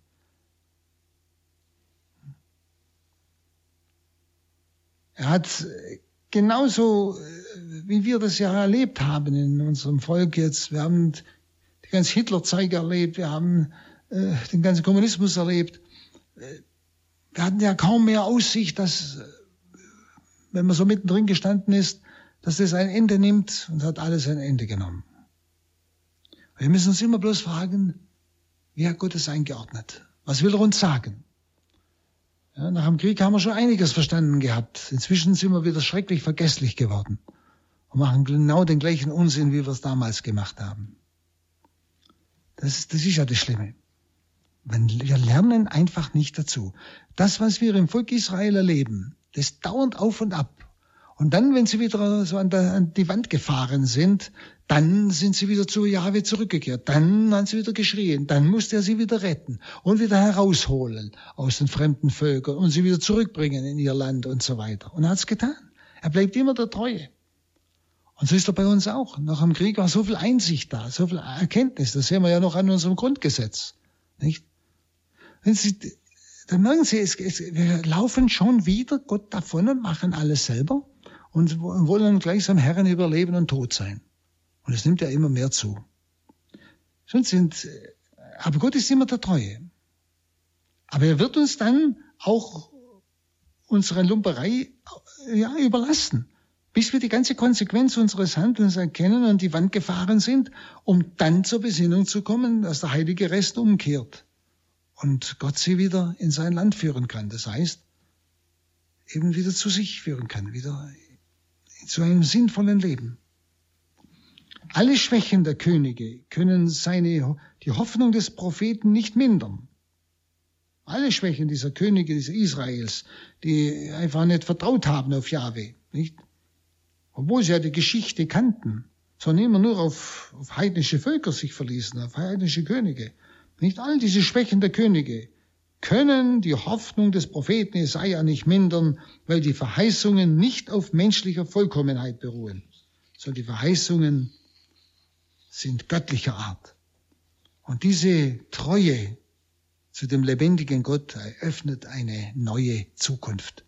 Er hat genauso, wie wir das ja erlebt haben in unserem Volk jetzt, wir haben die ganze Hitlerzeit erlebt, wir haben den ganzen Kommunismus erlebt, wir hatten ja kaum mehr Aussicht, dass, wenn man so mittendrin gestanden ist, dass das ein Ende nimmt, und hat alles ein Ende genommen. Wir müssen uns immer bloß fragen, wie hat Gott es eingeordnet? Was will er uns sagen? Ja, nach dem Krieg haben wir schon einiges verstanden gehabt. Inzwischen sind wir wieder schrecklich vergesslich geworden und machen genau den gleichen Unsinn, wie wir es damals gemacht haben. Das ist ja das Schlimme. Wir lernen einfach nicht dazu. Das, was wir im Volk Israel erleben, das dauert auf und ab. Und dann, wenn sie wieder so an die Wand gefahren sind, dann sind sie wieder zu Jahwe zurückgekehrt. Dann haben sie wieder geschrien. Dann musste er sie wieder retten und wieder herausholen aus den fremden Völkern und sie wieder zurückbringen in ihr Land und so weiter. Und er hat es getan. Er bleibt immer der Treue. Und so ist er bei uns auch. Nach dem Krieg war so viel Einsicht da, so viel Erkenntnis. Das sehen wir ja noch an unserem Grundgesetz. Nicht? Dann merken Sie, wir laufen schon wieder Gott davon und machen alles selber und wollen gleichsam Herren über Leben und Tod sein. Und es nimmt ja immer mehr zu. Aber Gott ist immer der Treue. Aber er wird uns dann auch unsere Lumperei überlassen, bis wir die ganze Konsequenz unseres Handelns erkennen und die Wand gefahren sind, um dann zur Besinnung zu kommen, dass der heilige Rest umkehrt und Gott sie wieder in sein Land führen kann. Das heißt, eben wieder zu sich führen kann, wieder zu einem sinnvollen Leben. Alle Schwächen der Könige können die Hoffnung des Propheten nicht mindern. Alle Schwächen dieser Könige, dieser Israels, die einfach nicht vertraut haben auf Jahwe, nicht? Obwohl sie ja die Geschichte kannten, sondern immer nur auf heidnische Völker sich verließen, auf heidnische Könige. Nicht all diese Schwächen der Könige können die Hoffnung des Propheten Jesaja nicht mindern, weil die Verheißungen nicht auf menschlicher Vollkommenheit beruhen, sondern die Verheißungen sind göttlicher Art. Und diese Treue zu dem lebendigen Gott eröffnet eine neue Zukunft.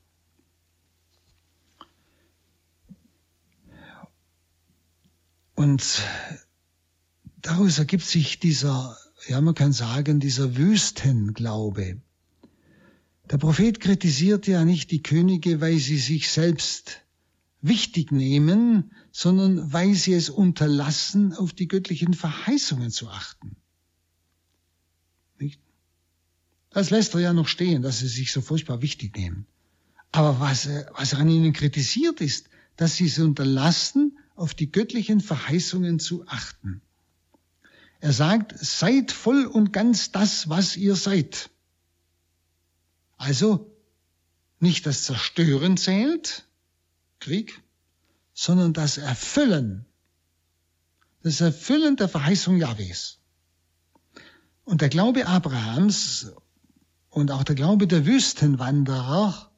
Und daraus ergibt sich man kann sagen, dieser Wüstenglaube. Der Prophet kritisiert ja nicht die Könige, weil sie sich selbst wichtig nehmen, sondern weil sie es unterlassen, auf die göttlichen Verheißungen zu achten. Nicht? Das lässt er ja noch stehen, dass sie sich so furchtbar wichtig nehmen. Aber was er an ihnen kritisiert ist, dass sie es unterlassen, auf die göttlichen Verheißungen zu achten. Er sagt, seid voll und ganz das, was ihr seid. Also nicht das Zerstören zählt, Krieg, sondern das Erfüllen der Verheißung Jahwes. Und der Glaube Abrahams und auch der Glaube der Wüstenwanderer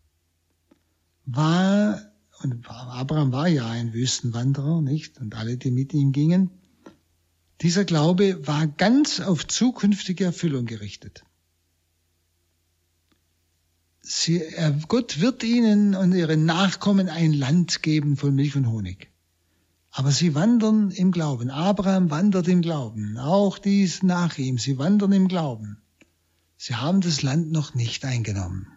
und Abraham war ja ein Wüstenwanderer, nicht? Und alle, die mit ihm gingen. Dieser Glaube war ganz auf zukünftige Erfüllung gerichtet. Gott wird ihnen und ihren Nachkommen ein Land geben von Milch und Honig. Aber sie wandern im Glauben. Abraham wandert im Glauben. Auch dies nach ihm. Sie wandern im Glauben. Sie haben das Land noch nicht eingenommen.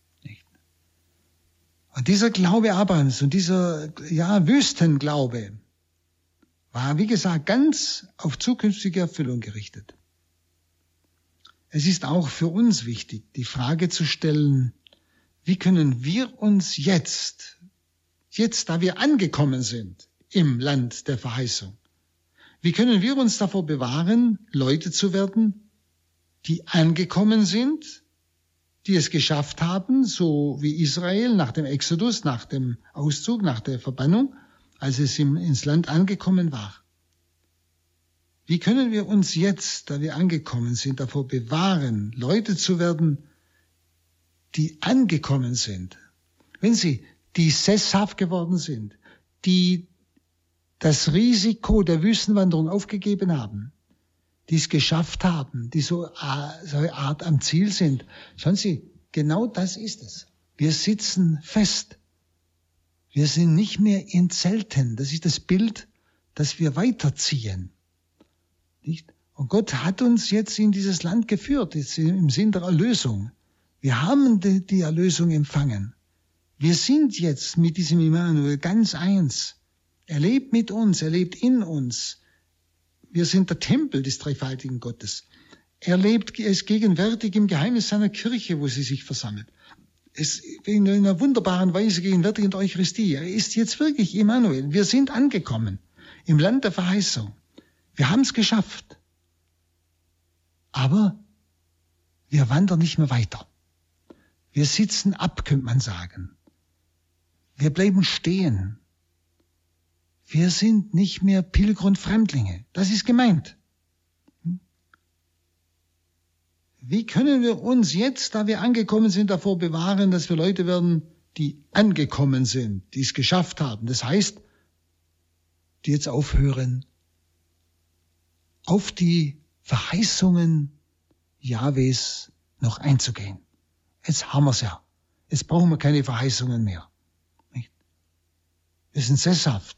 Und dieser Glaube Abrahams und dieser Wüstenglaube war, wie gesagt, ganz auf zukünftige Erfüllung gerichtet. Es ist auch für uns wichtig, die Frage zu stellen, wie können wir uns jetzt, da wir angekommen sind im Land der Verheißung, wie können wir uns davor bewahren, Leute zu werden, die angekommen sind, die es geschafft haben, so wie Israel nach dem Exodus, nach dem Auszug, nach der Verbannung, als es ins Land angekommen war. Wie können wir uns jetzt, da wir angekommen sind, davor bewahren, Leute zu werden, die angekommen sind? Wenn sie, die sesshaft geworden sind, die das Risiko der Wüstenwanderung aufgegeben haben, die es geschafft haben, die so eine Art am Ziel sind. Schauen Sie, genau das ist es. Wir sitzen fest. Wir sind nicht mehr in Zelten. Das ist das Bild, dass wir weiterziehen. Nicht? Und Gott hat uns jetzt in dieses Land geführt, jetzt im Sinn der Erlösung. Wir haben die Erlösung empfangen. Wir sind jetzt mit diesem Immanuel ganz eins. Er lebt mit uns, er lebt in uns. Wir sind der Tempel des dreifaltigen Gottes. Er ist gegenwärtig im Geheimnis seiner Kirche, wo sie sich versammelt. Es ist in einer wunderbaren Weise gegenwärtig in der Eucharistie. Er ist jetzt wirklich Immanuel. Wir sind angekommen im Land der Verheißung. Wir haben es geschafft. Aber wir wandern nicht mehr weiter. Wir sitzen ab, könnte man sagen. Wir bleiben stehen. Wir sind nicht mehr Pilger und Fremdlinge. Das ist gemeint. Wie können wir uns jetzt, da wir angekommen sind, davor bewahren, dass wir Leute werden, die angekommen sind, die es geschafft haben? Das heißt, die jetzt aufhören, auf die Verheißungen Jahwes noch einzugehen. Jetzt haben wir es ja. Jetzt brauchen wir keine Verheißungen mehr. Nicht? Wir sind sesshaft.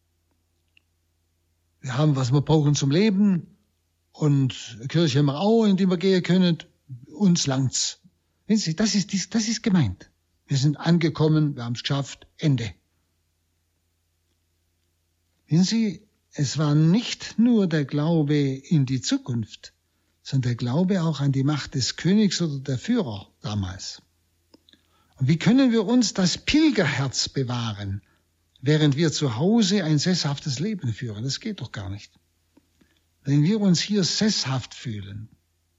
Wir haben, was wir brauchen zum Leben. Und Kirche haben wir auch, in die wir gehen können. Uns langt's. Wissen Sie, das ist gemeint. Wir sind angekommen, wir haben es geschafft, Ende. Wissen Sie, es war nicht nur der Glaube in die Zukunft, sondern der Glaube auch an die Macht des Königs oder der Führer damals. Und wie können wir uns das Pilgerherz bewahren, während wir zu Hause ein sesshaftes Leben führen? Das geht doch gar nicht. Wenn wir uns hier sesshaft fühlen.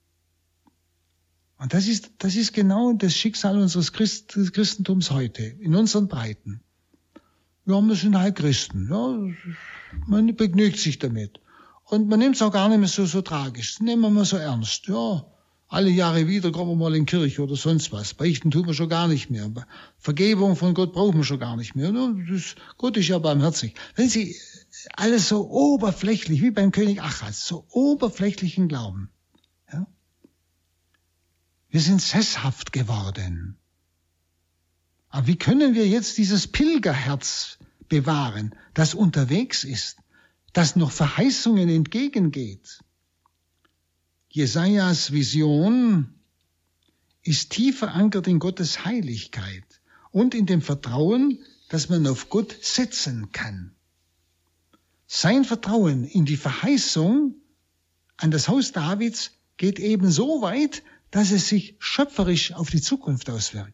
Und das ist genau das Schicksal unseres Christentums heute, in unseren Breiten. Ja, wir sind halt Christen. Ja, man begnügt sich damit. Und man nimmt es auch gar nicht mehr so tragisch. Das nehmen wir mal so ernst. Ja, alle Jahre wieder kommen wir mal in die Kirche oder sonst was. Beichten tun wir schon gar nicht mehr. Vergebung von Gott brauchen wir schon gar nicht mehr. Gott ist ja barmherzig. Wenn Sie alles so oberflächlich, wie beim König Achaz, so oberflächlichen Glauben. Ja? Wir sind sesshaft geworden. Aber wie können wir jetzt dieses Pilgerherz bewahren, das unterwegs ist, das noch Verheißungen entgegengeht? Jesajas Vision ist tief verankert in Gottes Heiligkeit und in dem Vertrauen, dass man auf Gott setzen kann. Sein Vertrauen in die Verheißung an das Haus Davids geht eben so weit, dass es sich schöpferisch auf die Zukunft auswirkt.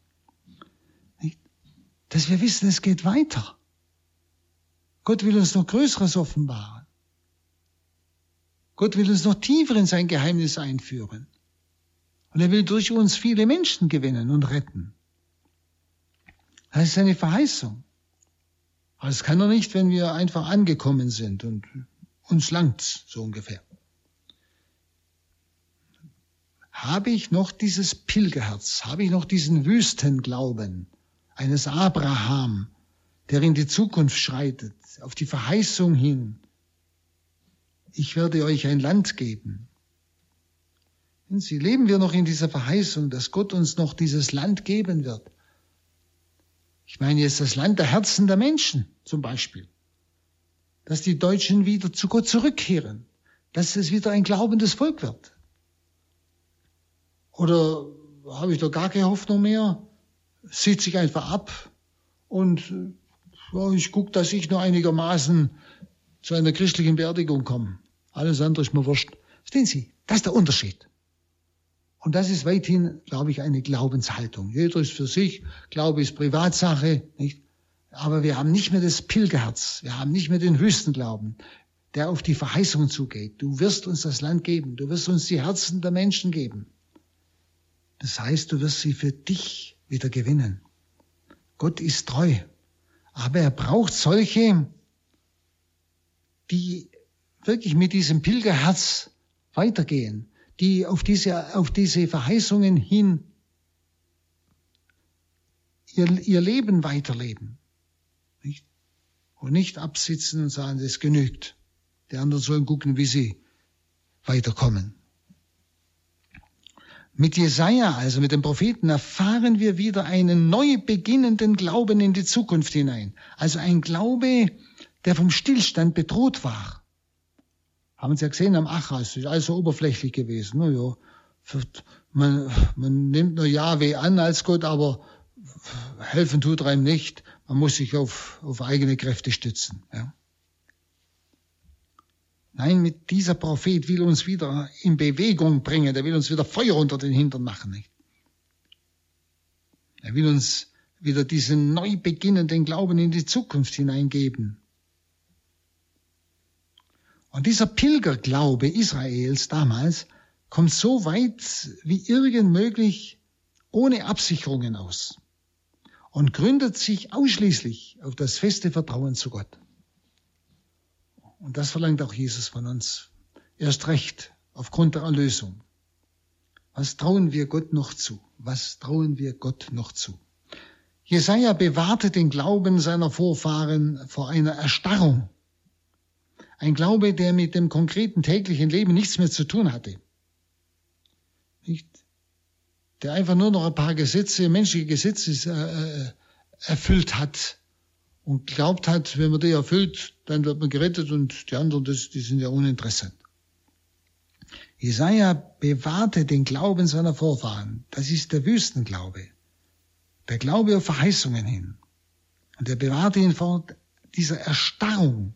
Dass wir wissen, es geht weiter. Gott will uns noch Größeres offenbaren. Gott will uns noch tiefer in sein Geheimnis einführen. Und er will durch uns viele Menschen gewinnen und retten. Das ist eine Verheißung. Aber das kann er nicht, wenn wir einfach angekommen sind und uns langt's, so ungefähr. Habe ich noch dieses Pilgerherz? Habe ich noch diesen Wüstenglauben eines Abraham, der in die Zukunft schreitet, auf die Verheißung hin? Ich werde euch ein Land geben. Und Sie, leben wir noch in dieser Verheißung, dass Gott uns noch dieses Land geben wird? Ich meine jetzt das Land der Herzen der Menschen zum Beispiel. Dass die Deutschen wieder zu Gott zurückkehren. Dass es wieder ein glaubendes Volk wird. Oder habe ich da gar keine Hoffnung mehr? Sitze ich einfach ab und ja, ich gucke, dass ich noch einigermaßen zu einer christlichen Beerdigung komme. Alles andere ist mir wurscht. Verstehen Sie? Das ist der Unterschied. Und das ist weithin, glaube ich, eine Glaubenshaltung. Jeder ist für sich, Glaube ist Privatsache, nicht? Aber wir haben nicht mehr das Pilgerherz, wir haben nicht mehr den Wüstenglauben, der auf die Verheißung zugeht. Du wirst uns das Land geben, du wirst uns die Herzen der Menschen geben. Das heißt, du wirst sie für dich wieder gewinnen. Gott ist treu, aber er braucht solche, die wirklich mit diesem Pilgerherz weitergehen, die auf diese Verheißungen hin ihr Leben weiterleben. Nicht? Und nicht absitzen und sagen, das genügt. Die anderen sollen gucken, wie sie weiterkommen. Mit Jesaja, also mit dem Propheten, erfahren wir wieder einen neu beginnenden Glauben in die Zukunft hinein. Also ein Glaube, der vom Stillstand bedroht war. Haben Sie ja gesehen am Achaz, ist alles so oberflächlich gewesen. Naja, man nimmt nur Jahwe an als Gott, aber helfen tut er ihm nicht. Man muss sich auf eigene Kräfte stützen. Ja. Nein, mit dieser Prophet will uns wieder in Bewegung bringen. Der will uns wieder Feuer unter den Hintern machen. Nicht? Er will uns wieder diesen neu beginnenden Glauben in die Zukunft hineingeben. Und dieser Pilgerglaube Israels damals kommt so weit wie irgend möglich ohne Absicherungen aus und gründet sich ausschließlich auf das feste Vertrauen zu Gott. Und das verlangt auch Jesus von uns. Erst recht aufgrund der Erlösung. Was trauen wir Gott noch zu? Was trauen wir Gott noch zu? Jesaja bewahrte den Glauben seiner Vorfahren vor einer Erstarrung. Ein Glaube, der mit dem konkreten täglichen Leben nichts mehr zu tun hatte. Nicht? Der einfach nur noch ein paar Gesetze, menschliche Gesetze erfüllt hat und glaubt hat, wenn man die erfüllt, dann wird man gerettet und die anderen, die sind ja uninteressant. Jesaja bewahrte den Glauben seiner Vorfahren. Das ist der Wüstenglaube. Der Glaube auf Verheißungen hin. Und er bewahrte ihn vor dieser Erstarrung.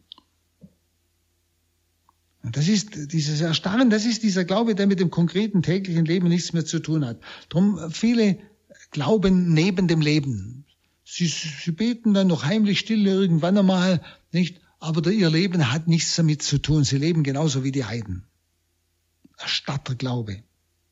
Und das ist dieses Erstarren, das ist dieser Glaube, der mit dem konkreten täglichen Leben nichts mehr zu tun hat. Drum viele glauben neben dem Leben. Sie beten dann noch heimlich still irgendwann einmal, nicht? Aber ihr Leben hat nichts damit zu tun. Sie leben genauso wie die Heiden. Erstarrter Glaube.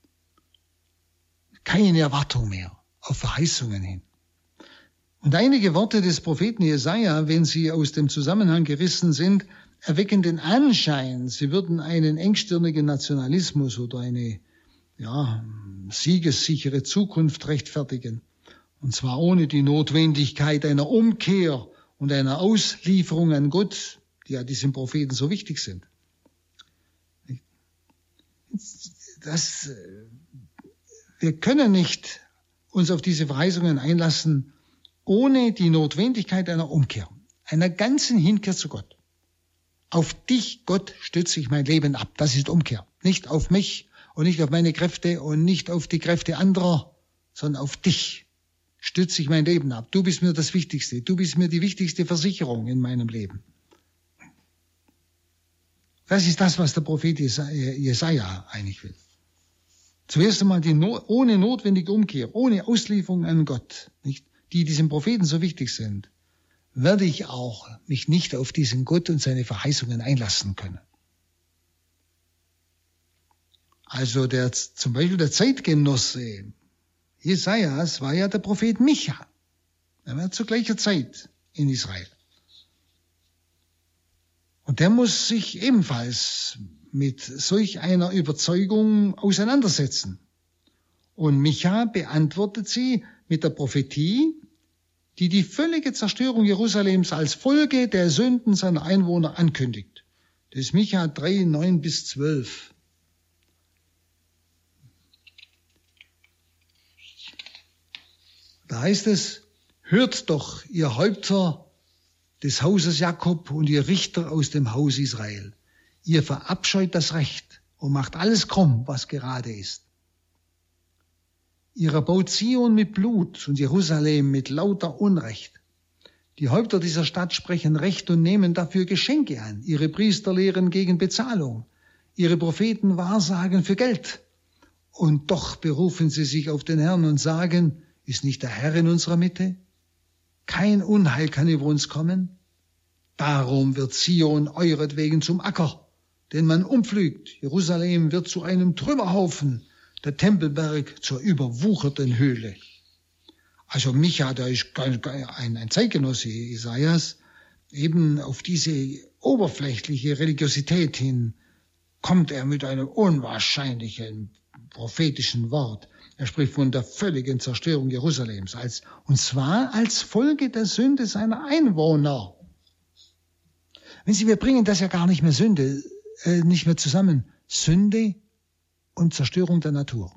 Keine Erwartung mehr auf Verheißungen hin. Und einige Worte des Propheten Jesaja, wenn sie aus dem Zusammenhang gerissen sind, erwecken den Anschein, sie würden einen engstirnigen Nationalismus oder eine siegessichere Zukunft rechtfertigen. Und zwar ohne die Notwendigkeit einer Umkehr und einer Auslieferung an Gott, die ja diesem Propheten so wichtig sind. Wir können nicht uns auf diese Verheißungen einlassen, ohne die Notwendigkeit einer Umkehr, einer ganzen Hinkehr zu Gott. Auf dich, Gott, stütze ich mein Leben ab. Das ist Umkehr. Nicht auf mich und nicht auf meine Kräfte und nicht auf die Kräfte anderer, sondern auf dich stütze ich mein Leben ab. Du bist mir das Wichtigste. Du bist mir die wichtigste Versicherung in meinem Leben. Das ist das, was der Prophet Jesaja eigentlich will. Zuerst einmal ohne notwendige Umkehr, ohne Auslieferung an Gott, nicht, die diesem Propheten so wichtig sind, werde ich auch mich nicht auf diesen Gott und seine Verheißungen einlassen können. Also zum Beispiel der Zeitgenosse Jesajas war ja der Prophet Micha. Er war zur gleichen Zeit in Israel. Und der muss sich ebenfalls mit solch einer Überzeugung auseinandersetzen. Und Micha beantwortet sie mit der Prophetie, die die völlige Zerstörung Jerusalems als Folge der Sünden seiner Einwohner ankündigt. Das ist Micha 3, 9-12. Da heißt es, hört doch, ihr Häupter des Hauses Jakob und ihr Richter aus dem Haus Israel. Ihr verabscheut das Recht und macht alles krumm, was gerade ist. Ihr erbaut Zion mit Blut und Jerusalem mit lauter Unrecht. Die Häupter dieser Stadt sprechen Recht und nehmen dafür Geschenke an. Ihre Priester lehren gegen Bezahlung. Ihre Propheten wahrsagen für Geld. Und doch berufen sie sich auf den Herrn und sagen, ist nicht der Herr in unserer Mitte? Kein Unheil kann über uns kommen. Darum wird Zion euretwegen zum Acker, den man umpflügt. Jerusalem wird zu einem Trümmerhaufen, der Tempelberg zur überwucherten Höhle. Also Micha, der ist ein Zeitgenosse Jesajas, eben auf diese oberflächliche Religiosität hin, kommt er mit einem unwahrscheinlichen prophetischen Wort. Er spricht von der völligen Zerstörung Jerusalems, und zwar als Folge der Sünde seiner Einwohner. Wenn Sie, wir bringen das ja gar nicht mehr nicht mehr zusammen. Sünde und Zerstörung der Natur.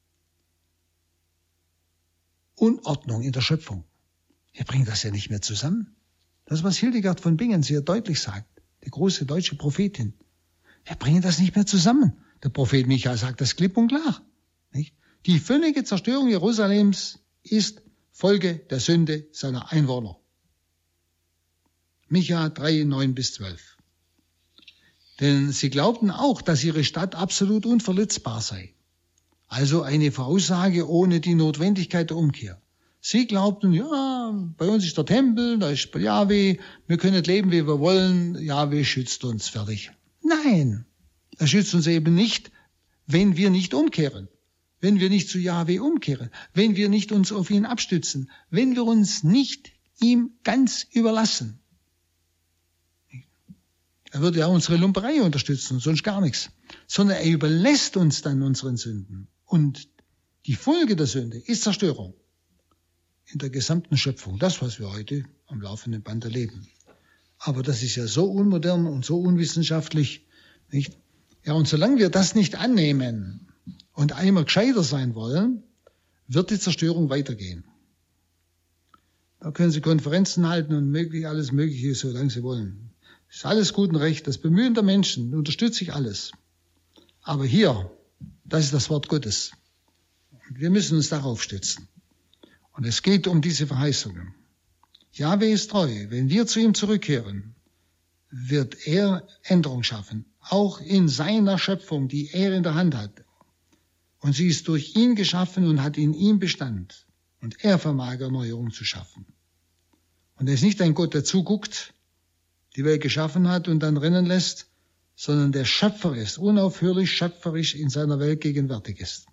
Unordnung in der Schöpfung. Wir bringen das ja nicht mehr zusammen. Das, was Hildegard von Bingen sehr deutlich sagt, die große deutsche Prophetin. Wir bringen das nicht mehr zusammen. Der Prophet Micha sagt das klipp und klar. Nicht? Die völlige Zerstörung Jerusalems ist Folge der Sünde seiner Einwohner. Micha 3, 9-12. Denn sie glaubten auch, dass ihre Stadt absolut unverletzbar sei. Also eine Voraussage ohne die Notwendigkeit der Umkehr. Sie glaubten, ja, bei uns ist der Tempel, da ist Jahwe, wir können leben, wie wir wollen, Jahwe schützt uns, fertig. Nein, er schützt uns eben nicht, wenn wir nicht umkehren, wenn wir nicht zu Jahwe umkehren, wenn wir nicht uns auf ihn abstützen, wenn wir uns nicht ihm ganz überlassen. Er würde ja unsere Lumperei unterstützen, sonst gar nichts. Sondern er überlässt uns dann unseren Sünden. Und die Folge der Sünde ist Zerstörung in der gesamten Schöpfung. Das, was wir heute am laufenden Band erleben. Aber das ist ja so unmodern und so unwissenschaftlich, nicht? Ja, und solange wir das nicht annehmen und einmal gescheiter sein wollen, wird die Zerstörung weitergehen. Da können Sie Konferenzen halten und alles Mögliche, solange Sie wollen. Ist alles gut und recht. Das Bemühen der Menschen unterstütze ich alles. Aber hier, das ist das Wort Gottes. Und wir müssen uns darauf stützen. Und es geht um diese Verheißungen. Jahwe ist treu. Wenn wir zu ihm zurückkehren, wird er Änderung schaffen. Auch in seiner Schöpfung, die er in der Hand hat. Und sie ist durch ihn geschaffen und hat in ihm Bestand. Und er vermag Erneuerung zu schaffen. Und er ist nicht ein Gott, der zuguckt, die Welt geschaffen hat und dann rennen lässt, sondern der Schöpfer ist, unaufhörlich schöpferisch in seiner Welt gegenwärtig ist.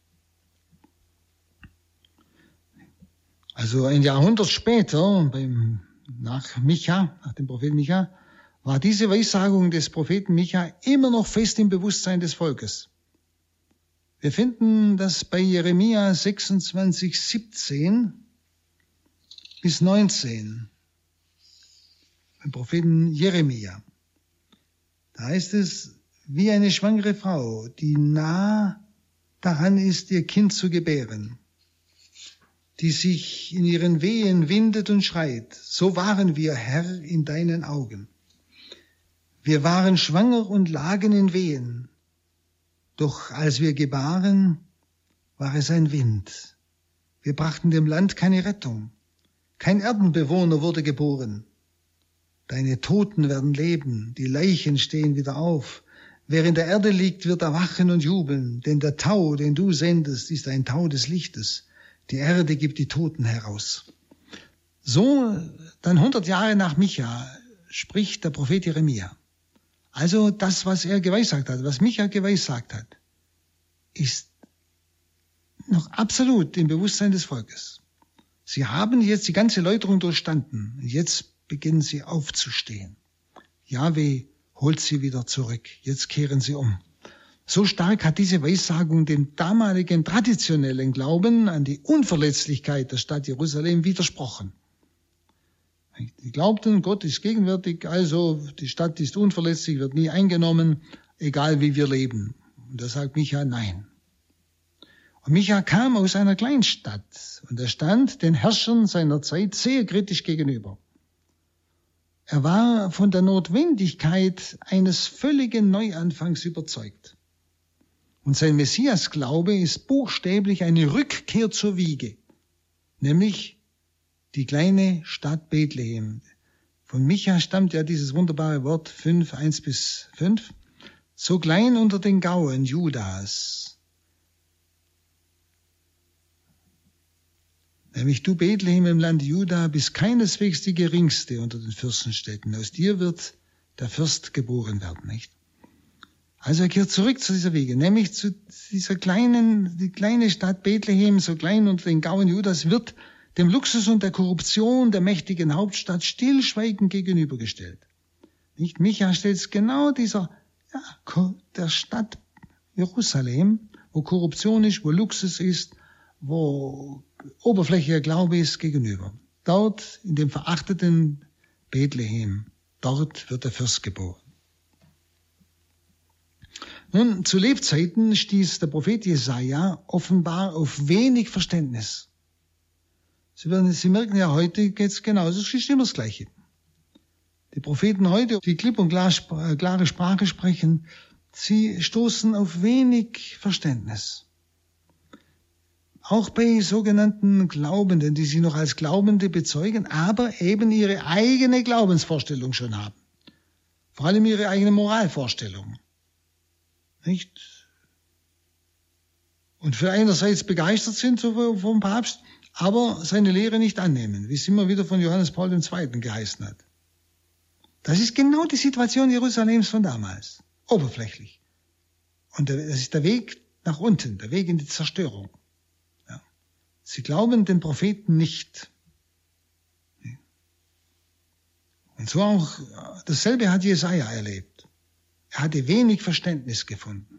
Also ein Jahrhundert später, nach dem Propheten Micha, war diese Weissagung des Propheten Micha immer noch fest im Bewusstsein des Volkes. Wir finden das bei Jeremia 26, 17 bis 19. Beim Propheten Jeremia. Da heißt es, wie eine schwangere Frau, die nah daran ist, ihr Kind zu gebären, die sich in ihren Wehen windet und schreit, so waren wir, Herr, in deinen Augen. Wir waren schwanger und lagen in Wehen, doch als wir gebaren, war es ein Wind. Wir brachten dem Land keine Rettung. Kein Erdenbewohner wurde geboren. Deine Toten werden leben, die Leichen stehen wieder auf. Wer in der Erde liegt, wird erwachen und jubeln, denn der Tau, den du sendest, ist ein Tau des Lichtes. Die Erde gibt die Toten heraus. So, dann 100 Jahre nach Micha, spricht der Prophet Jeremia. Also das, was er geweissagt hat, was Micha geweissagt hat, ist noch absolut im Bewusstsein des Volkes. Sie haben jetzt die ganze Läuterung durchstanden. Jetzt beginnen sie aufzustehen. Jahwe holt sie wieder zurück. Jetzt kehren sie um. So stark hat diese Weissagung dem damaligen traditionellen Glauben an die Unverletzlichkeit der Stadt Jerusalem widersprochen. Die glaubten, Gott ist gegenwärtig, also die Stadt ist unverletzlich, wird nie eingenommen, egal wie wir leben. Und da sagt Micha, nein. Und Micha kam aus einer Kleinstadt und er stand den Herrschern seiner Zeit sehr kritisch gegenüber. Er war von der Notwendigkeit eines völligen Neuanfangs überzeugt. Und sein Messiasglaube ist buchstäblich eine Rückkehr zur Wiege, nämlich die kleine Stadt Bethlehem. Von Micha stammt ja dieses wunderbare Wort 5, 1 bis 5. So klein unter den Gauen Judas. Nämlich du, Bethlehem im Land Juda, bist keineswegs die geringste unter den Fürstenstädten. Aus dir wird der Fürst geboren werden, nicht? Also er kehrt zurück zu dieser Wiege, nämlich zu dieser die kleine Stadt Bethlehem, so klein unter den Gauen Judas, wird dem Luxus und der Korruption der mächtigen Hauptstadt stillschweigend gegenübergestellt. Nicht? Micha stellt es genau der Stadt Jerusalem, wo Korruption ist, wo Luxus ist, wo oberflächlicher Glaube ist, gegenüber. Dort, in dem verachteten Bethlehem, dort wird der Fürst geboren. Nun, zu Lebzeiten stieß der Prophet Jesaja offenbar auf wenig Verständnis. Sie merken ja, heute geht's genauso, es ist immer das Gleiche. Die Propheten heute, die klipp und klare Sprache sprechen, sie stoßen auf wenig Verständnis. Auch bei sogenannten Glaubenden, die sich noch als Glaubende bezeugen, aber eben ihre eigene Glaubensvorstellung schon haben. Vor allem ihre eigene Moralvorstellung. Nicht? Und für einerseits begeistert sind vom Papst, aber seine Lehre nicht annehmen, wie es immer wieder von Johannes Paul II. Geheißen hat. Das ist genau die Situation Jerusalems von damals. Oberflächlich. Und das ist der Weg nach unten, der Weg in die Zerstörung. Ja. Sie glauben den Propheten nicht. Und so auch, dasselbe hat Jesaja erlebt. Er hatte wenig Verständnis gefunden.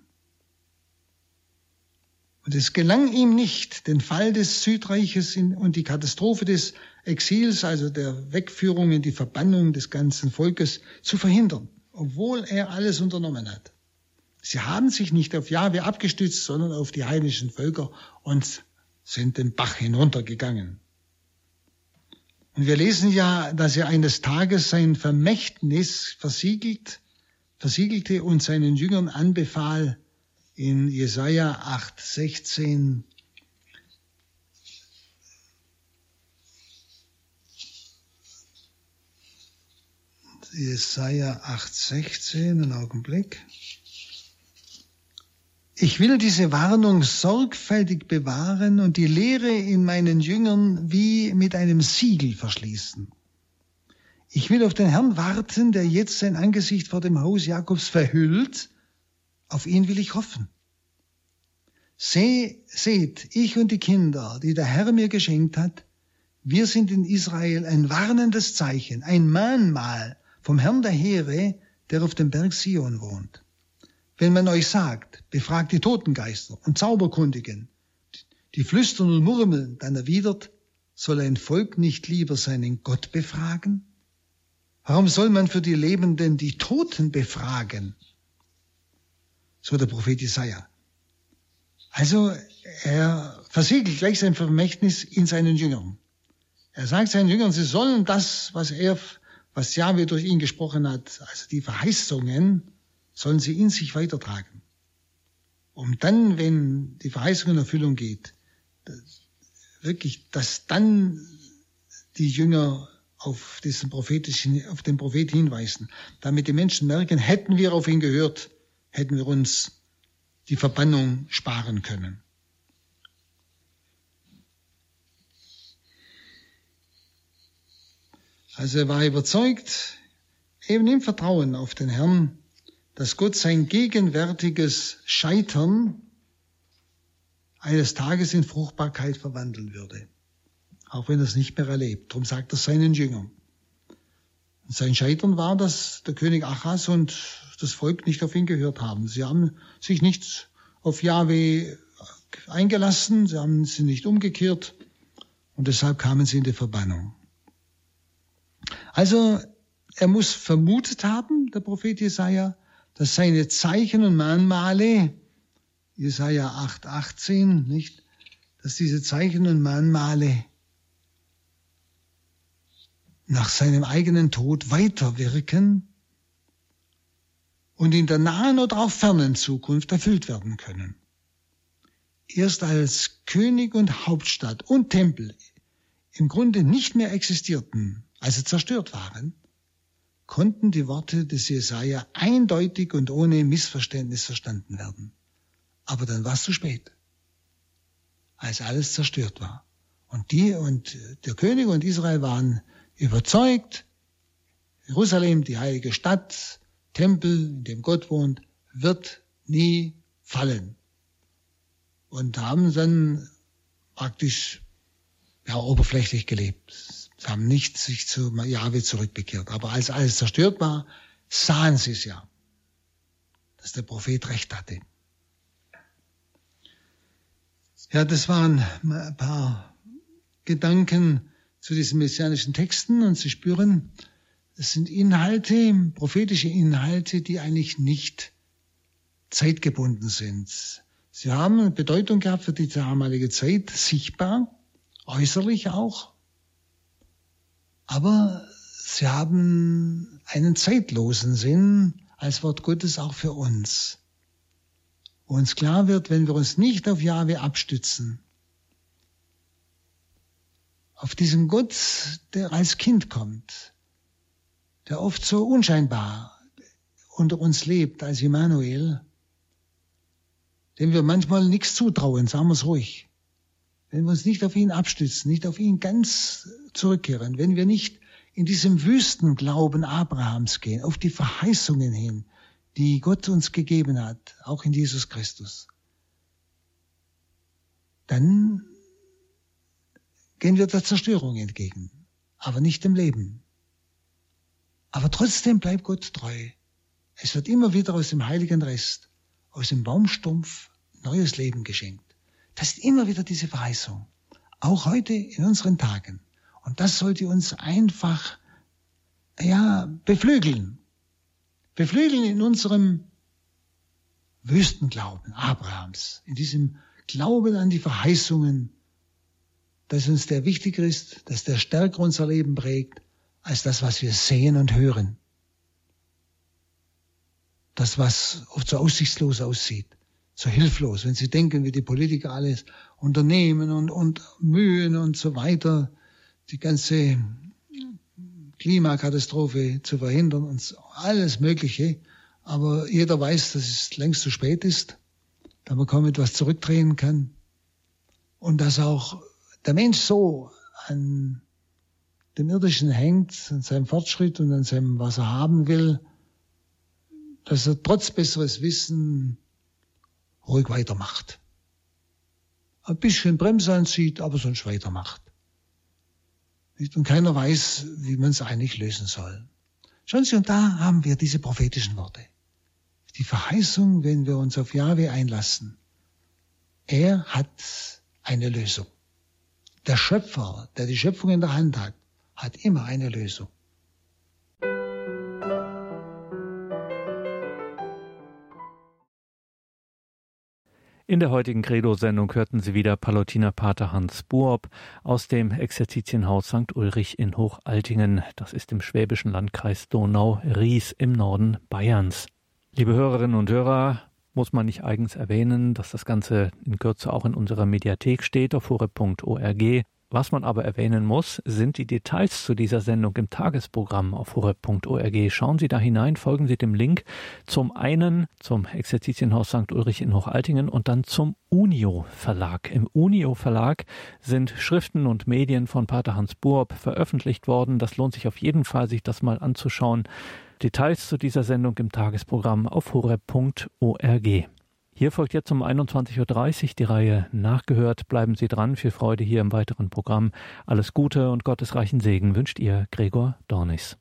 Und es gelang ihm nicht, den Fall des Südreiches und die Katastrophe des Exils, also der Wegführung in die Verbannung des ganzen Volkes, zu verhindern, obwohl er alles unternommen hat. Sie haben sich nicht auf Jahwe abgestützt, sondern auf die heidnischen Völker und sind den Bach hinuntergegangen. Und wir lesen ja, dass er eines Tages sein Vermächtnis versiegelte und seinen Jüngern anbefahl, in Jesaja 8,16. Jesaja 8,16, einen Augenblick. Ich will diese Warnung sorgfältig bewahren und die Lehre in meinen Jüngern wie mit einem Siegel verschließen. Ich will auf den Herrn warten, der jetzt sein Angesicht vor dem Haus Jakobs verhüllt. Auf ihn will ich hoffen. Seht, ich und die Kinder, die der Herr mir geschenkt hat, wir sind in Israel ein warnendes Zeichen, ein Mahnmal vom Herrn der Heere, der auf dem Berg Sion wohnt. Wenn man euch sagt, befragt die Totengeister und Zauberkundigen, die flüstern und murmeln, dann erwidert, soll ein Volk nicht lieber seinen Gott befragen? Warum soll man für die Lebenden die Toten befragen? So der Prophet Jesaja. Also er versiegelt gleich sein Vermächtnis in seinen Jüngern. Er sagt seinen Jüngern, sie sollen das, was Jahwe durch ihn gesprochen hat, also die Verheißungen, sollen sie in sich weitertragen. Um dann, wenn die Verheißung in Erfüllung geht, wirklich, dass dann die Jünger auf den Prophet hinweisen, damit die Menschen merken, hätten wir auf ihn gehört, hätten wir uns die Verbannung sparen können. Also er war überzeugt, eben im Vertrauen auf den Herrn, dass Gott sein gegenwärtiges Scheitern eines Tages in Fruchtbarkeit verwandeln würde. Auch wenn er es nicht mehr erlebt. Darum sagt er seinen Jüngern. Und sein Scheitern war, dass der König Achaz und das Volk nicht auf ihn gehört haben. Sie haben sich nicht auf Jahwe eingelassen, sie haben sie nicht umgekehrt und deshalb kamen sie in die Verbannung. Also er muss vermutet haben, der Prophet Jesaja, dass seine Zeichen und Mahnmale, Jesaja 8,18, nicht, dass diese Zeichen und Mahnmale nach seinem eigenen Tod weiterwirken und in der nahen oder auch fernen Zukunft erfüllt werden können. Erst als König und Hauptstadt und Tempel im Grunde nicht mehr existierten, also zerstört waren, konnten die Worte des Jesaja eindeutig und ohne Missverständnis verstanden werden. Aber dann war es zu spät, als alles zerstört war. Und der König und Israel waren überzeugt, Jerusalem, die heilige Stadt, Tempel, in dem Gott wohnt, wird nie fallen. Und haben dann praktisch oberflächlich gelebt. Sie haben nicht sich zu Jahwe zurückbekehrt. Aber als alles zerstört war, sahen sie es ja, dass der Prophet recht hatte. Ja, das waren ein paar Gedanken zu diesen messianischen Texten und Sie spüren, es sind Inhalte, prophetische Inhalte, die eigentlich nicht zeitgebunden sind. Sie haben eine Bedeutung gehabt für die damalige Zeit, sichtbar, äußerlich auch, aber sie haben einen zeitlosen Sinn als Wort Gottes auch für uns. Wo uns klar wird, wenn wir uns nicht auf Jahwe abstützen, auf diesen Gott, der als Kind kommt, der oft so unscheinbar unter uns lebt als Immanuel, dem wir manchmal nichts zutrauen, sagen wir es ruhig. Wenn wir uns nicht auf ihn abstützen, nicht auf ihn ganz zurückkehren, wenn wir nicht in diesem Wüstenglauben Abrahams gehen, auf die Verheißungen hin, die Gott uns gegeben hat, auch in Jesus Christus, dann gehen wir der Zerstörung entgegen, aber nicht dem Leben. Aber trotzdem bleibt Gott treu. Es wird immer wieder aus dem heiligen Rest, aus dem Baumstumpf, neues Leben geschenkt. Das ist immer wieder diese Verheißung. Auch heute in unseren Tagen. Und das sollte uns einfach, beflügeln. Beflügeln in unserem Wüstenglauben Abrahams. In diesem Glauben an die Verheißungen, dass uns der wichtiger ist, dass der stärker unser Leben prägt, als das, was wir sehen und hören. Das, was oft so aussichtslos aussieht, so hilflos, wenn Sie denken, wie die Politiker alles unternehmen und Mühen und so weiter, die ganze Klimakatastrophe zu verhindern und alles Mögliche. Aber jeder weiß, dass es längst zu spät ist, da man kaum etwas zurückdrehen kann. Und dass auch der Mensch so an dem Irdischen hängt, an seinem Fortschritt und an seinem, was er haben will, dass er trotz besseres Wissen ruhig weitermacht. Ein bisschen Bremse anzieht, aber sonst weitermacht. Und keiner weiß, wie man es eigentlich lösen soll. Schauen Sie, und da haben wir diese prophetischen Worte. Die Verheißung, wenn wir uns auf Jahwe einlassen. Er hat eine Lösung. Der Schöpfer, der die Schöpfung in der Hand hat immer eine Lösung. In der heutigen Credo-Sendung hörten Sie wieder Pallottiner-Pater Hans Buob aus dem Exerzitienhaus St. Ulrich in Hochaltingen. Das ist im schwäbischen Landkreis Donau-Ries im Norden Bayerns. Liebe Hörerinnen und Hörer, muss man nicht eigens erwähnen, dass das Ganze in Kürze auch in unserer Mediathek steht auf horeb.org. Was man aber erwähnen muss, sind die Details zu dieser Sendung im Tagesprogramm auf horeb.org. Schauen Sie da hinein, folgen Sie dem Link zum einen zum Exerzitienhaus St. Ulrich in Hochaltingen und dann zum Unio Verlag. Im Unio Verlag sind Schriften und Medien von Pater Hans Buob veröffentlicht worden. Das lohnt sich auf jeden Fall, sich das mal anzuschauen. Details zu dieser Sendung im Tagesprogramm auf horeb.org. Hier folgt jetzt um 21.30 Uhr die Reihe Nachgehört. Bleiben Sie dran, viel Freude hier im weiteren Programm. Alles Gute und gottesreichen Segen wünscht Ihr Gregor Dornis.